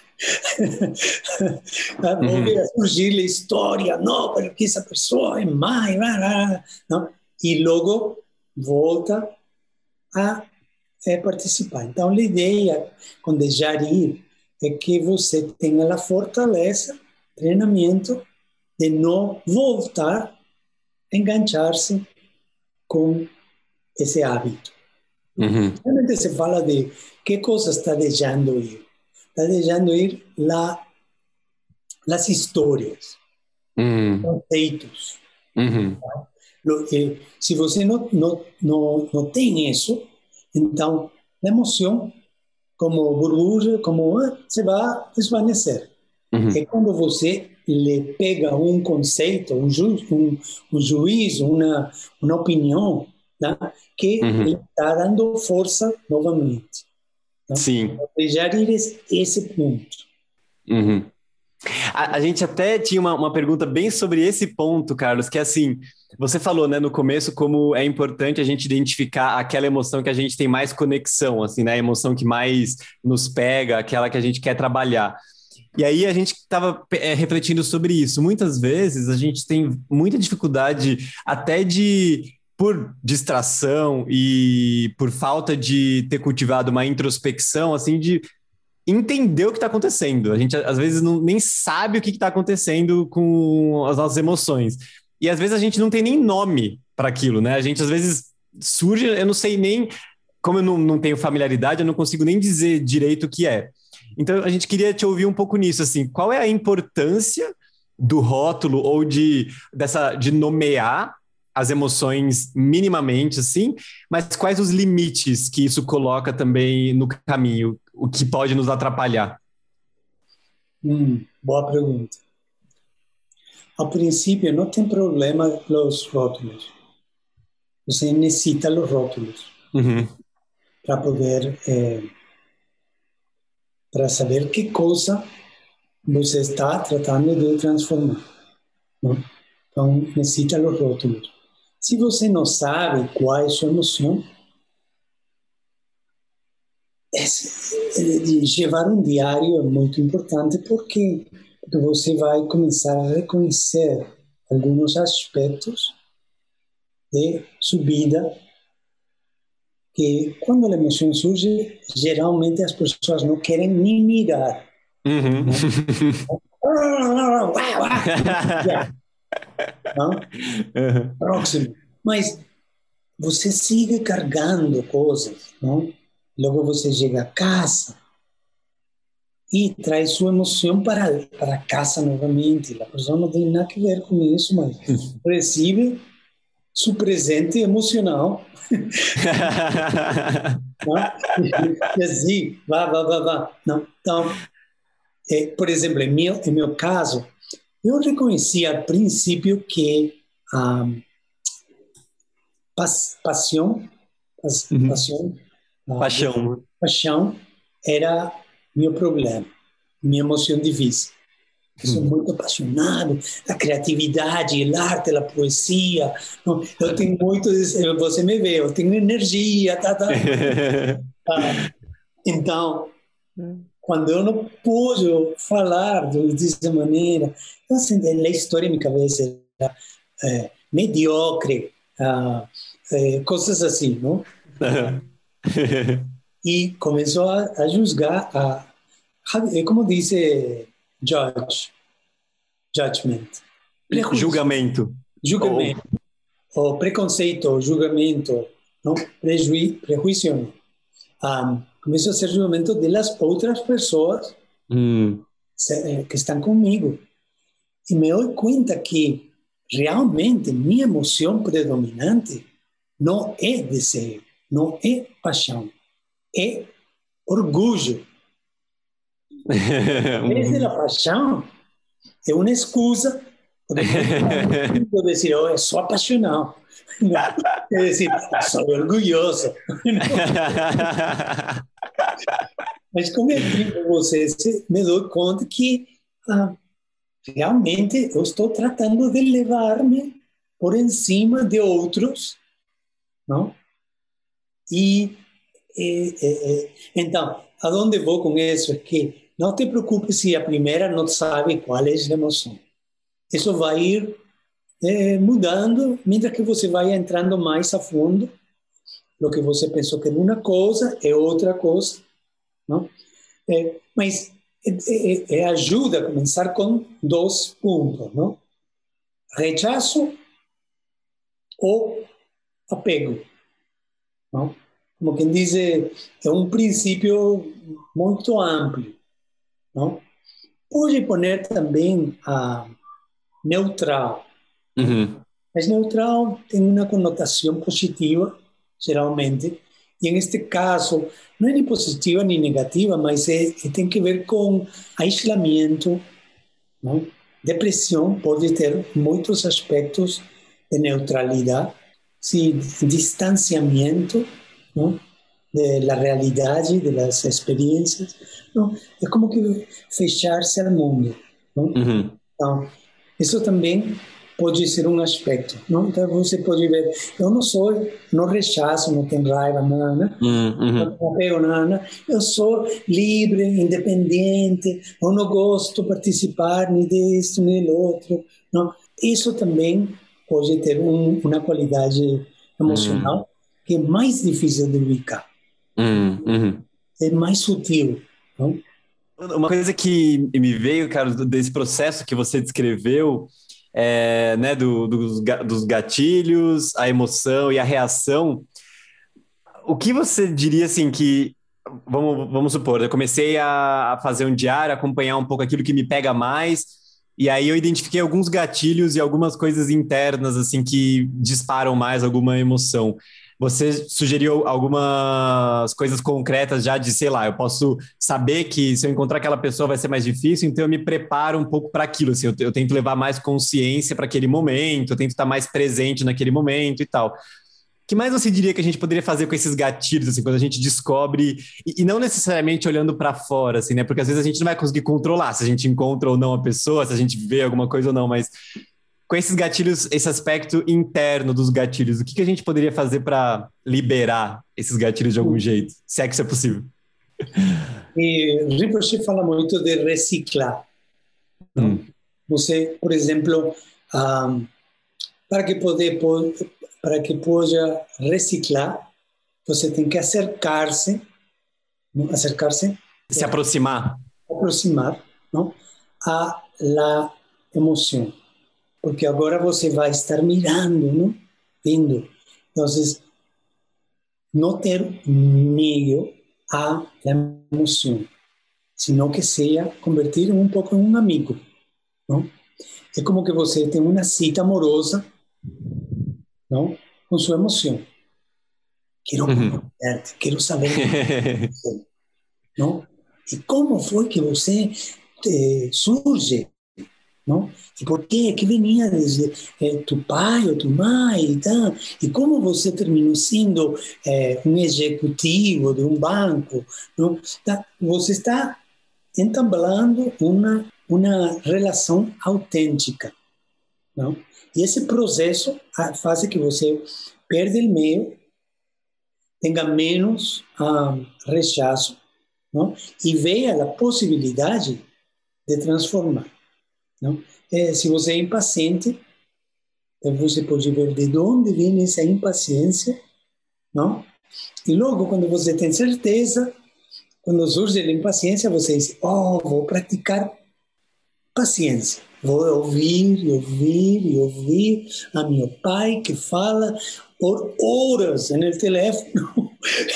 volve a surgir a história, não, porque essa pessoa é má, não? E logo volta a participar. Então, a ideia com deixar ir é que você tenha a fortaleza, treinamento, de não voltar a enganchar-se com esse hábito. Realmente se fala de que coisa está deixando ir. Está deixando ir as histórias, conceitos. Se você não tem isso, então a emoção, como burbuja, como se vai desvanecer. É quando você lhe pega um conceito, um juízo, uma opinião, tá? Que lhe está dando força novamente. Tá? Sim. Deixar ir esse ponto. A gente até tinha uma pergunta bem sobre esse ponto, Carlos, que é assim, você falou, né, no começo como é importante a gente identificar aquela emoção que a gente tem mais conexão, assim, né, a emoção que mais nos pega, aquela que a gente quer trabalhar. E aí a gente estava refletindo sobre isso. Muitas vezes a gente tem muita dificuldade até por distração e por falta de ter cultivado uma introspecção, assim, de entender o que está acontecendo. A gente, às vezes, nem sabe o que está acontecendo com as nossas emoções. E, às vezes, a gente não tem nem nome para aquilo, né? A gente, às vezes, surge, eu não sei nem... Como eu não tenho familiaridade, eu não consigo nem dizer direito o que é. Então, a gente queria te ouvir um pouco nisso, assim. Qual é a importância do rótulo ou de nomear as emoções minimamente, assim, mas quais os limites que isso coloca também no caminho, o que pode nos atrapalhar? Boa pergunta. Ao princípio, não tem problema os rótulos. Você necessita os rótulos para poder, para saber que coisa você está tratando de transformar. Não? Então, necessita os rótulos. Se você não sabe qual é a sua emoção, levar um diário é muito importante porque você vai começar a reconhecer alguns aspectos de sua vida que, quando a emoção surge, geralmente as pessoas não querem nem mirar. Próximo. Mas você sigue carregando coisas, não? Logo você chega a casa e traz sua emoção para casa novamente. A pessoa não tem nada a ver com isso, mas recebe seu presente emocional. E assim, vá. Não? Então, por exemplo, em meu caso, eu reconheci ao princípio que paixão era meu problema, minha emoção difícil. Eu sou muito apaixonado, a criatividade, a arte, a poesia. Eu tenho muito, você me vê, eu tenho energia. Então, quando eu não pude falar dessa maneira, assim, a história na minha cabeça era mediocre, coisas assim, não? E começou a julgar, como diz judgment. Julgamento. O preconceito, o julgamento, não? Prejuízo. Começou a ser julgamento das outras pessoas que estão comigo. E me dou conta que realmente minha emoção predominante não é desejo, não é paixão, é orgulho. Desde a paixão é uma excusa para dizer, eu sou apaixonado. É dizer, sou orgulhoso. Mas como eu digo para vocês, me dou conta que realmente eu estou tratando de levar-me por cima de outros, não? E, então, aonde vou com isso é que não te preocupes se a primeira não sabe qual é a emoção. Isso vai ir mudando, mientras que você vai entrando mais a fundo. O que você pensou que era uma coisa é outra coisa, não? Mas ajuda a começar com 2 pontos, não? Rechazo ou apego, não? Como quem diz, é um princípio muito amplo, não? Pode poner também a neutral. Uhum. Mas neutral tem uma conotação positiva, geralmente, e neste caso não é nem positiva nem negativa, mas tem que ver com aislamento, não? Depressão pode ter muitos aspectos de neutralidade, sim, distanciamento, não? Da realidade, das experiências, não? É como que fechar-se ao mundo, não? Uhum. Então, isso também pode ser um aspecto, não? Então você pode ver, eu não rechaço, não tenho raiva, nada, Uhum. não apego nada, eu sou livre, independente, eu não gosto de participar nem disso nem do outro, não? Isso também pode ter uma qualidade emocional que é mais difícil de ubicar, Uhum. é mais sutil, não? Uma coisa que me veio, cara, desse processo que você descreveu, né, dos gatilhos, a emoção e a reação. O que você diria, assim, que... Vamos supor, eu comecei a fazer um diário, acompanhar um pouco aquilo que me pega mais, e aí eu identifiquei alguns gatilhos e algumas coisas internas, assim, que disparam mais alguma emoção. Você sugeriu algumas coisas concretas já de, sei lá, eu posso saber que se eu encontrar aquela pessoa vai ser mais difícil, então eu me preparo um pouco para aquilo, assim, eu tento levar mais consciência para aquele momento, eu tento estar mais presente naquele momento e tal. O que mais você diria que a gente poderia fazer com esses gatilhos, assim, quando a gente descobre, e não necessariamente olhando para fora, assim, né? Porque às vezes a gente não vai conseguir controlar se a gente encontra ou não a pessoa, se a gente vê alguma coisa ou não, mas com esses gatilhos, esse aspecto interno dos gatilhos, o que a gente poderia fazer para liberar esses gatilhos de algum jeito, se é que isso é possível? E Rinpoche fala muito de reciclar, não? Você, por exemplo, para que possa reciclar, você tem que acercar-se, não? Acercar-se, Se aproximar. aproximar, não? A la emoção, porque agora você vai estar mirando, não? Vendo. Então, não ter medo à emoção, senão que seja convertir um pouco em um amigo, não? É como que você tem uma cita amorosa, não? Com sua emoção. Quero conhecer-te, quero saber você, não? E como foi que você surge, não? E por quê? Que vinha desde tu pai ou tua mãe e tal? E como você terminou sendo um executivo de um banco, não? Você está entablando uma relação autêntica, não? E esse processo faz que você perde o medo, tenha menos rechaço, não? E veja a possibilidade de transformar, não? Se você é impaciente, você pode ver de onde vem essa impaciência, não? E logo, quando você tem certeza, quando surge a impaciência, você diz, vou praticar paciência. Vou ouvir e ouvir e ouvir a meu pai que fala por horas no telefone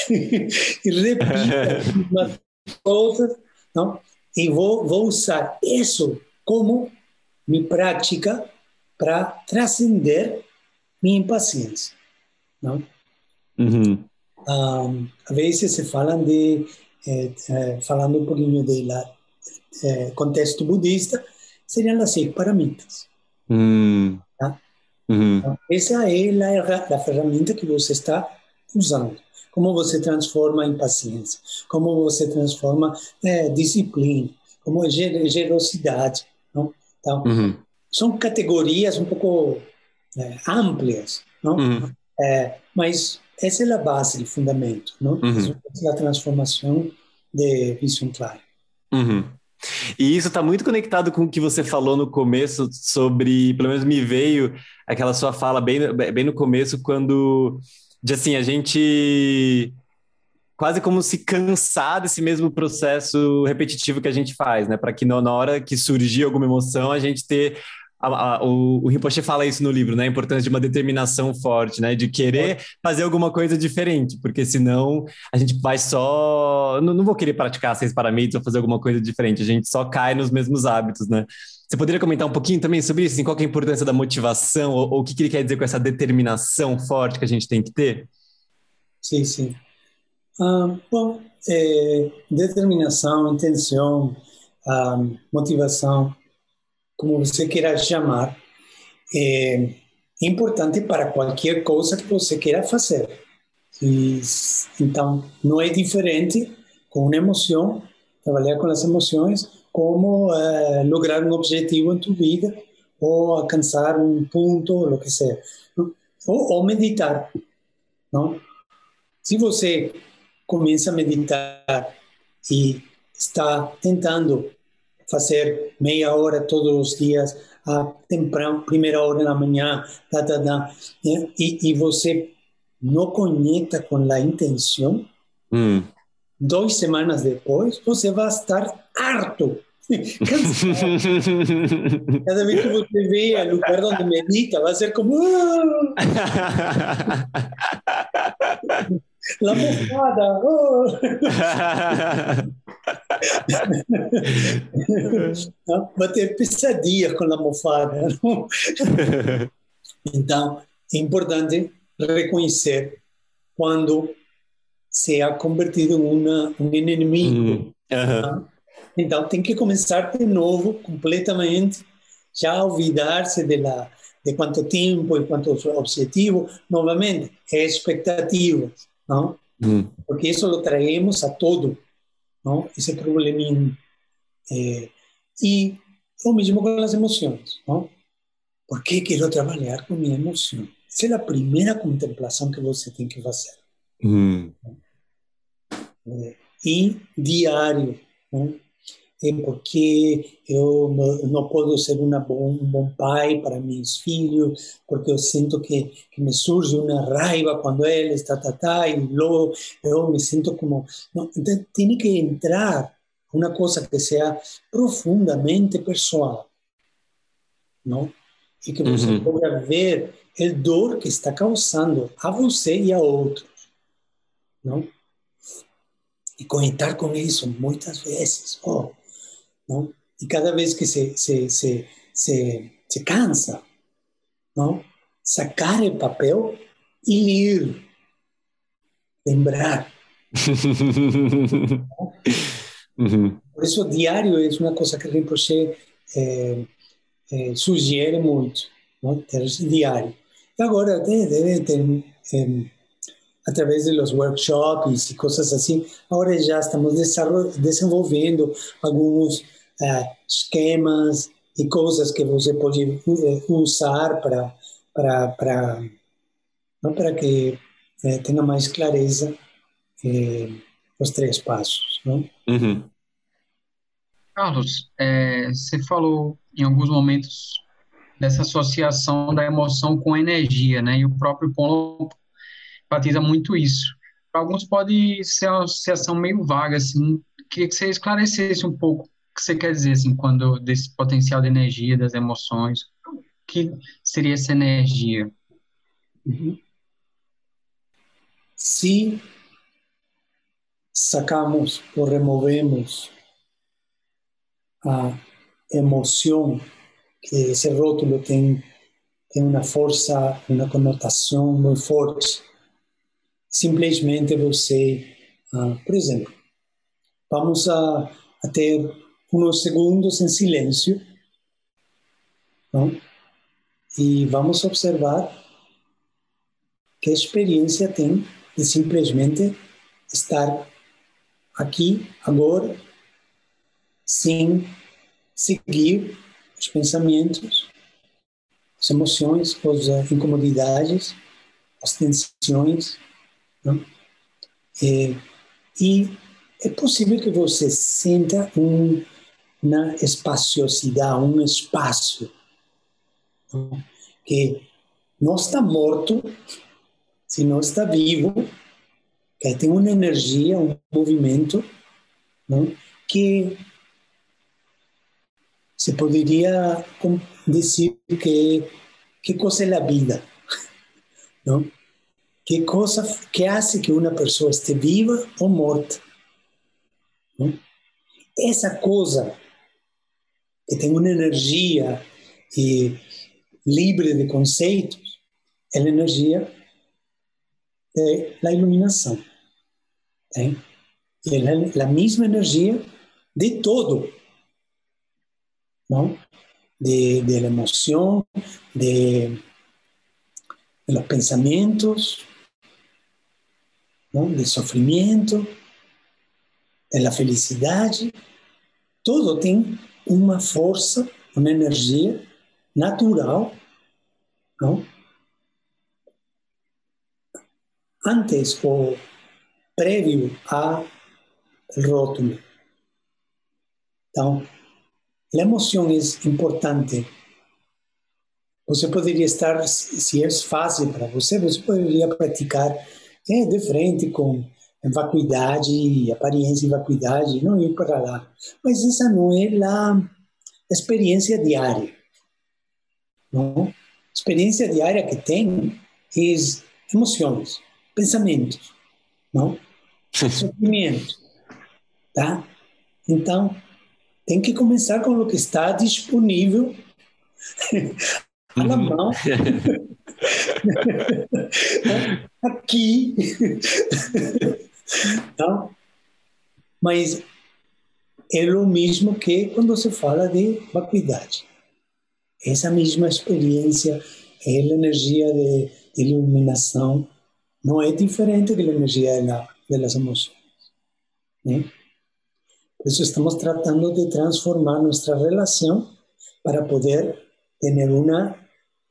e repita uma coisa, não? E vou usar isso como minha prática para transcender minha impaciência, não? A veces se falam falando um pouquinho do contexto budista, seriam as 6 paramitas. Tá? Então, essa é a ferramenta que você está usando. Como você transforma em paciência, como você transforma disciplina, como generosidade. Não? Então, são categorias um pouco amplias, não? Mas essa é a base, o fundamento, não? É a transformação de visão clara. Uhum. E isso está muito conectado com o que você falou no começo sobre, pelo menos me veio aquela sua fala bem no começo, quando, de assim, a gente quase como se cansar desse mesmo processo repetitivo que a gente faz, né? Para que na hora que surgir alguma emoção, a gente ter. O Rinpoche fala isso no livro, né? A importância de uma determinação forte, né? De querer fazer alguma coisa diferente, porque senão a gente vai só. Não vou querer praticar 6 paramitas ou fazer alguma coisa diferente, a gente só cai nos mesmos hábitos, né? Você poderia comentar um pouquinho também sobre isso? Assim, qual que é a importância da motivação, ou o que ele quer dizer com essa determinação forte que a gente tem que ter? Sim, sim. Bom, determinação, intenção, motivação, como você queira chamar, é importante para qualquer coisa que você queira fazer. Então, não é diferente com uma emoção, trabalhar com as emoções, como lograr um objetivo em tua vida, ou alcançar um ponto, ou o que seja. Ou meditar, não? Se você começa a meditar e está tentando fazer meia hora todos os dias, a temprano, primeira hora da manhã, e você não conecta com a intenção, 2 semanas depois, você vai estar harto, cansado. Cada vez que você vê o lugar onde medita, vai ser como... La mofada! Vai ter pesadillas com a mofada. Não? Então, é importante reconhecer quando se ha convertido em um inimigo. Então, tem que começar de novo, completamente, já olvidar-se de quanto tempo e quanto objetivo. Novamente, é expectativa, não? Porque isso lo traemos a todo, não? Esse probleminha. E o mesmo com as emoções, não? Por que quero trabalhar com minha emoção? Essa é a primeira contemplação que você tem que fazer. E diário, não? É porque eu não posso ser um bom pai para meus filhos, porque eu sinto que me surge uma raiva quando eles, e logo eu me sinto como... Não, então, tem que entrar uma coisa que seja profundamente pessoal, não? E que você possa ver a dor que está causando a você e a outros, não? E conectar com isso muitas vezes, não? E cada vez que se cansa, não? Sacar o papel e ler, lembrar. Por isso, o diário é uma coisa que o Rinpoche sugere muito, não? Ter esse diário. E agora deve ter, através dos workshops e coisas assim, agora já estamos desenvolvendo alguns esquemas e coisas que você pode usar para que tenha mais clareza os 3 passos, não? Carlos, você falou em alguns momentos dessa associação da emoção com a energia, né? E o próprio Paulo enfatiza muito isso. Para alguns pode ser uma associação meio vaga, assim. Queria que você esclarecesse um pouco o que você quer dizer, assim, quando desse potencial de energia, das emoções. O que seria essa energia? Se sacamos ou removemos a emoção, que esse rótulo tem uma força, uma conotação muito forte. Simplesmente você, por exemplo, vamos a ter uns segundos em silêncio, não? E vamos observar que experiência tem de simplesmente estar aqui, agora, sem seguir os pensamentos, as emoções, as incomodidades, as tensões, não? E é possível que você sinta uma espaciosidade, um espaço, não? Que não está morto, senão está vivo, que tem uma energia, um movimento, não? Que se poderia dizer que coisa é a vida, não? Que coisa que hace que uma pessoa esteja viva ou morta, não? Essa coisa que tem uma energia livre de conceitos é a energia da iluminação, né? É a mesma energia de todo, não? De la emoción, de los pensamientos, ¿no? Del sofrimento, de la felicidade. Todo tem uma força, uma energia natural, não? Antes ou prévio ao rótulo. Então, a emoção é importante. Você poderia estar, se é fácil para você, você poderia praticar de frente com vacuidade, aparência e vacuidade, não ir para lá. Mas essa não é a experiência diária. Não? A experiência diária que tem é emoções, pensamentos, não? Sofrimento, tá? Então, tem que começar com o que está disponível na mão, aqui, não? Mas é o mesmo que quando se fala de vacuidade. Essa mesma experiência, é a energia de iluminação, não é diferente da energia das emoções, né? Por isso estamos tratando de transformar nossa relação para poder ter uma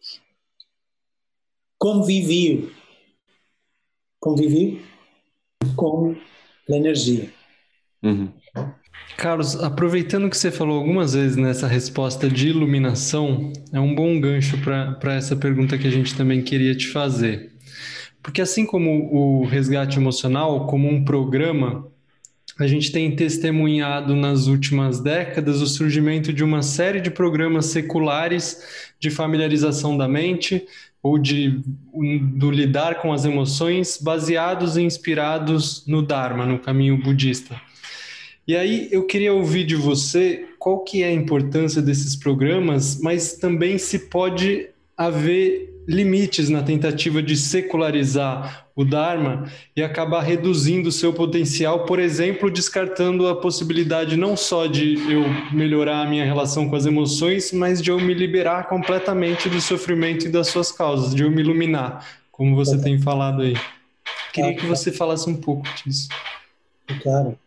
convivir com a energia. Uhum. Carlos, aproveitando que você falou algumas vezes nessa resposta de iluminação, é um bom gancho para essa pergunta que a gente também queria te fazer. Porque assim como o resgate emocional, como um programa, a gente tem testemunhado nas últimas décadas o surgimento de uma série de programas seculares de familiarização da mente ou do lidar com as emoções baseados e inspirados no Dharma, no caminho budista. E aí eu queria ouvir de você qual que é a importância desses programas, mas também se pode haver limites na tentativa de secularizar o Dharma e acabar reduzindo o seu potencial, por exemplo, descartando a possibilidade não só de eu melhorar a minha relação com as emoções, mas de eu me liberar completamente do sofrimento e das suas causas, de eu me iluminar, como você tem falado aí. Queria que você falasse um pouco disso. Claro.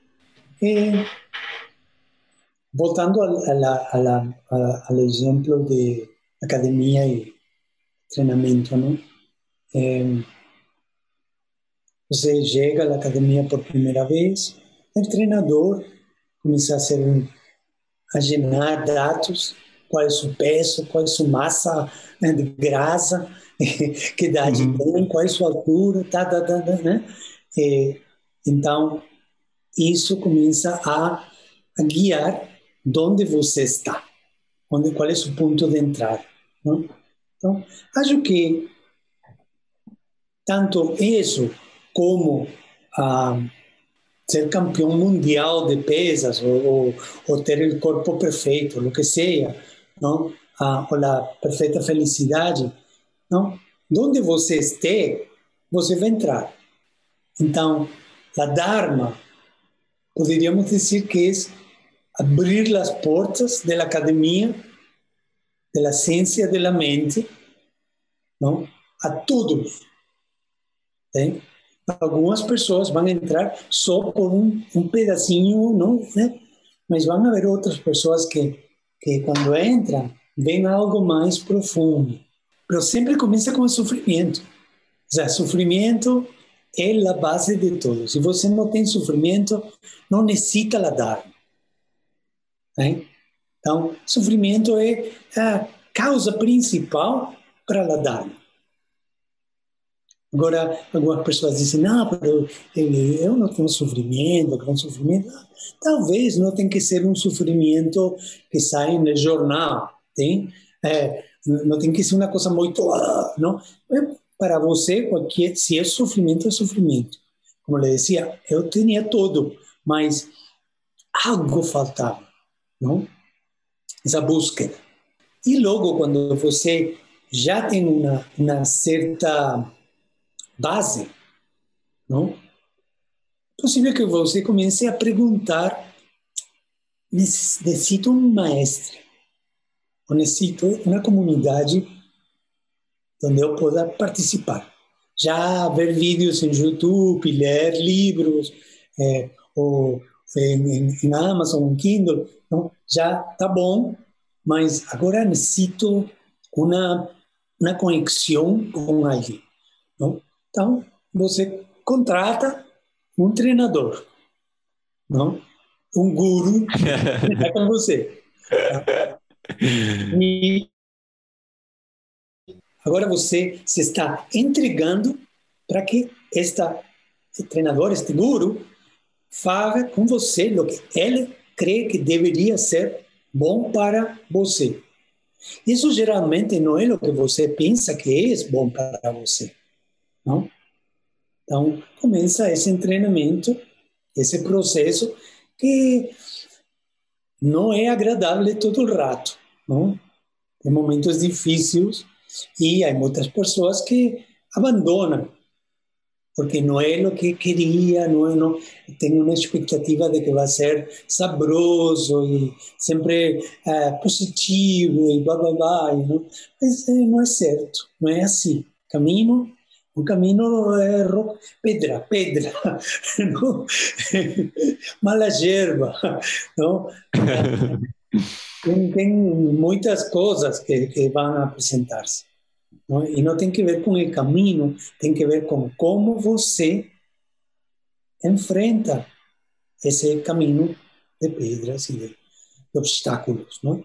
Voltando ao exemplo de academia e treinamento, não? Você chega à academia por primeira vez, o treinador começa a llenar dados, qual é o seu peso, qual é a sua massa de grasa, que idade tem, qual é a sua altura, né? Então, isso começa a guiar onde você está, qual é o seu ponto de entrada, não? Então, acho que tanto isso como ser campeão mundial de pesas ou ter o corpo perfeito, o que seja, não? Ou a perfeita felicidade, não? Onde você estiver, você vai entrar. Então, a Dharma, poderíamos dizer que é abrir as portas da academia, da ciência da mente, não? A todos. Né? Algumas pessoas vão entrar só por um pedacinho, não? Né? Mas vão haver outras pessoas que quando entram, veem algo mais profundo. Mas sempre começa com o sofrimento. O sofrimento é a base de tudo. Se você não tem sofrimento, não necessita a Dharma. Né? Então, sofrimento é a causa principal para a Dharma. Agora, algumas pessoas dizem, não, eu não tenho sofrimento, grande sofrimento. Talvez não tenha que ser um sofrimento que sai no jornal, tem? Não tem que ser uma coisa muito... Não? Para você, se é sofrimento, é sofrimento. Como eu dizia, eu tinha tudo, mas algo faltava, não? Essa búsqueda. E logo, quando você já tem uma certa base, não? É possível que você comece a perguntar: necessito um mestre, ou necessito uma comunidade onde eu possa participar. Já ver vídeos em YouTube, ler livros, ou em Amazon, em Kindle, não? Já está bom, mas agora necessito uma conexão com alguém. Não? Então, você contrata um treinador, não? Um guru que está com você. Tá? E agora você se está entregando para que este treinador, este guru, faça com você o que ele crê que deveria ser bom para você. Isso geralmente não é o que você pensa que é bom para você. Não? Então, começa esse treinamento, esse processo que não é agradável todo o rato. Não? Tem momentos difíceis e há muitas pessoas que abandonam, porque não é o que queria, não tem uma expectativa de que vai ser saboroso e sempre positivo e blá blá blá, não? Mas não é certo, não é assim. O caminho é pedra, não? Mala erva, não? Tem muitas coisas que vão apresentar-se. Não? E não tem que ver com o caminho, tem que ver com como você enfrenta esse caminho de pedras e de obstáculos. Não?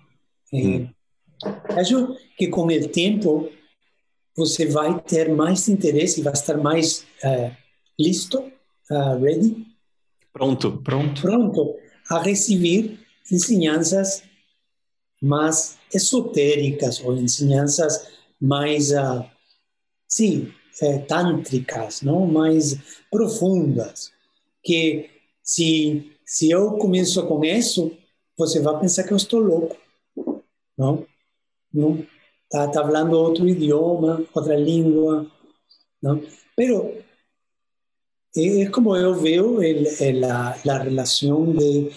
Acho que com o tempo você vai ter mais interesse, vai estar mais listo, ready, Pronto a receber ensinanças mais esotéricas ou ensinanças mais tântricas, não? Mais profundas, que se eu começo com isso, você vai pensar que eu estou louco, não? Não tá falando outro idioma, outra língua, não? Pero é como eu vejo a relação de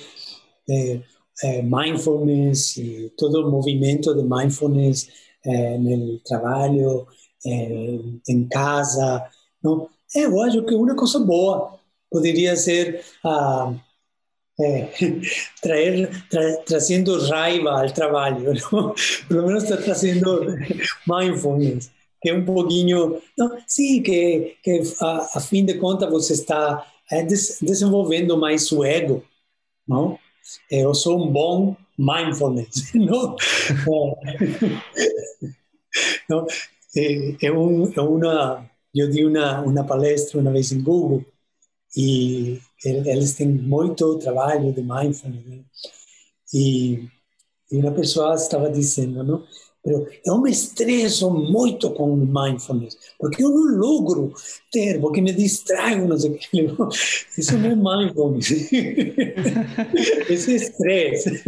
mindfulness e todo o movimento de mindfulness no trabalho, em casa, não? Eu acho que uma coisa boa poderia ser trazendo raiva ao trabalho, não? Pelo menos está trazendo mindfulness, que é um pouquinho, não, sim, que a fim de contas você está desenvolvendo mais o ego, não? Eu sou um bom mindfulness, não? Não, eu dei uma palestra uma vez em Google e eles têm muito trabalho de mindfulness, né? E uma pessoa estava dizendo, não? Eu me estresso muito com mindfulness, porque eu não logro ter, porque me distraio, não sei o que. Isso não é mindfulness. Isso é estresse.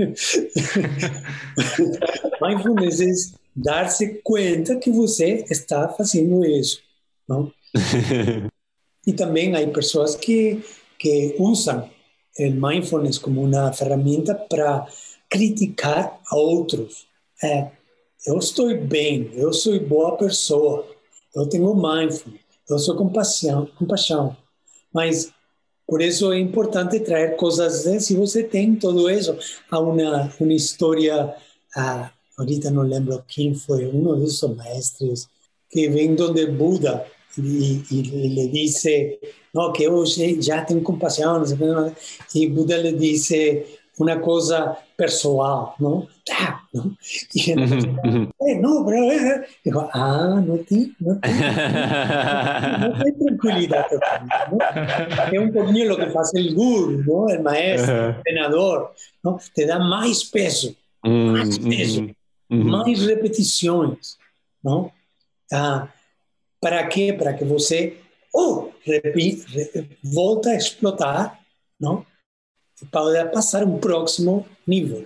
Mindfulness é dar-se conta que você está fazendo isso, não? E também há pessoas que usam o mindfulness como uma ferramenta para criticar a outros. Eu estou bem, eu sou boa pessoa, eu tenho mindfulness, eu sou compaixão. Mas por isso é importante trazer coisas, se você tem tudo isso. Há uma história, ahorita não lembro quem foi, um desses mestres, que vem donde Buda e le disse no, que eu já tenho compaixão, não sei o que, e Buda lhe disse uma coisa pessoal, não? Tá, não? E ela disse, não, digo, não tem tranquilidade total, não? É um pouquinho o que faz o guru, não? O maestro, o treinador, não? Te dá mais peso, mais repetições, não? Para quê? Para que você volta a explotar, não? Para passar um próximo nível.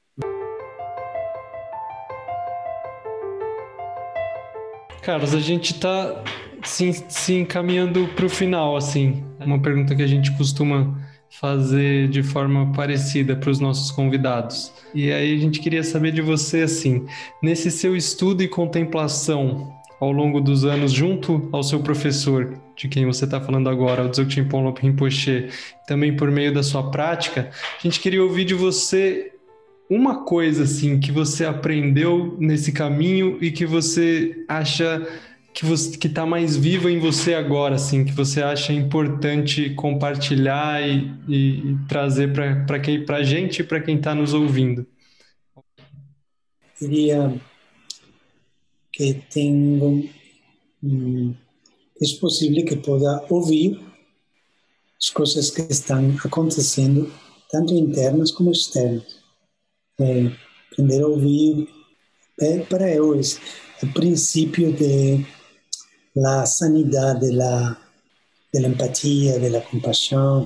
Carlos, a gente está se encaminhando para o final, assim. Uma pergunta que a gente costuma fazer de forma parecida para os nossos convidados. E aí a gente queria saber de você, assim, nesse seu estudo e contemplação ao longo dos anos, junto ao seu professor, de quem você está falando agora, o Dzogchen Ponlop Rinpoche, também por meio da sua prática, a gente queria ouvir de você uma coisa assim que você aprendeu nesse caminho e que você acha que está mais viva em você agora, assim, que você acha importante compartilhar e trazer para a gente e para quem está nos ouvindo. Diria que é possível que possa ouvir as coisas que estão acontecendo, tanto internas como externas. Aprender a ouvir, para eu, é o princípio da sanidade, da empatia, da compaixão,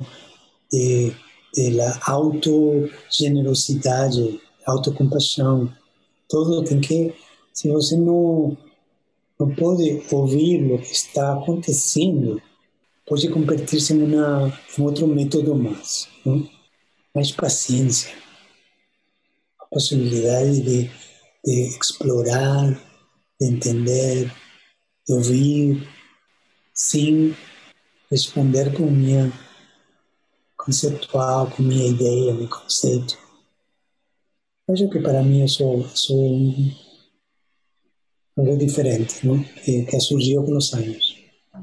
da autogenerosidade, autocompaixão. Tudo tem que, se você não pode ouvir o que está acontecendo, pode convertir-se em outro método mais, não? Mais paciência, a possibilidade de explorar, de entender, de ouvir, sem responder com minha conceptual, com minha ideia, meu conceito. Acho que para mim isso é algo diferente, não? Que surgiu com os anos.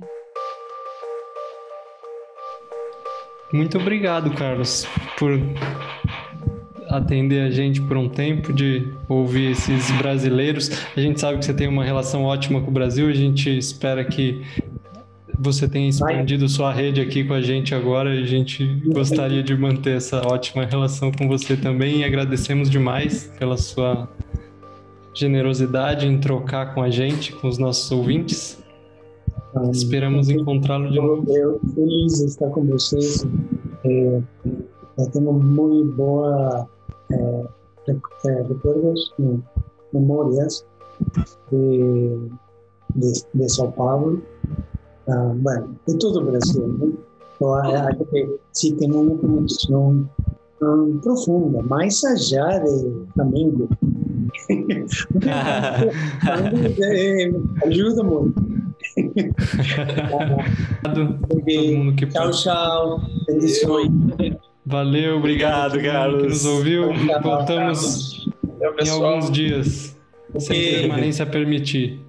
Muito obrigado, Carlos, por atender a gente por um tempo, de ouvir esses brasileiros. A gente sabe que você tem uma relação ótima com o Brasil, a gente espera que você tenha expandido sua rede aqui com a gente agora, a gente gostaria de manter essa ótima relação com você também e agradecemos demais pela sua generosidade em trocar com a gente, com os nossos ouvintes. Esperamos encontrá-lo de novo. Eu feliz de estar com vocês. Eu tenho muito boa recuerdos, memórias de São Paulo, bueno, de todo o Brasil, né? Então, acho que sim, tem uma conexão profunda, mais allá de Flamengo. Ajuda muito. Tchau, tchau. Bendições. Valeu, obrigado, Carlos. Que nos ouviu. Voltamos em alguns dias, se a permanência permitir.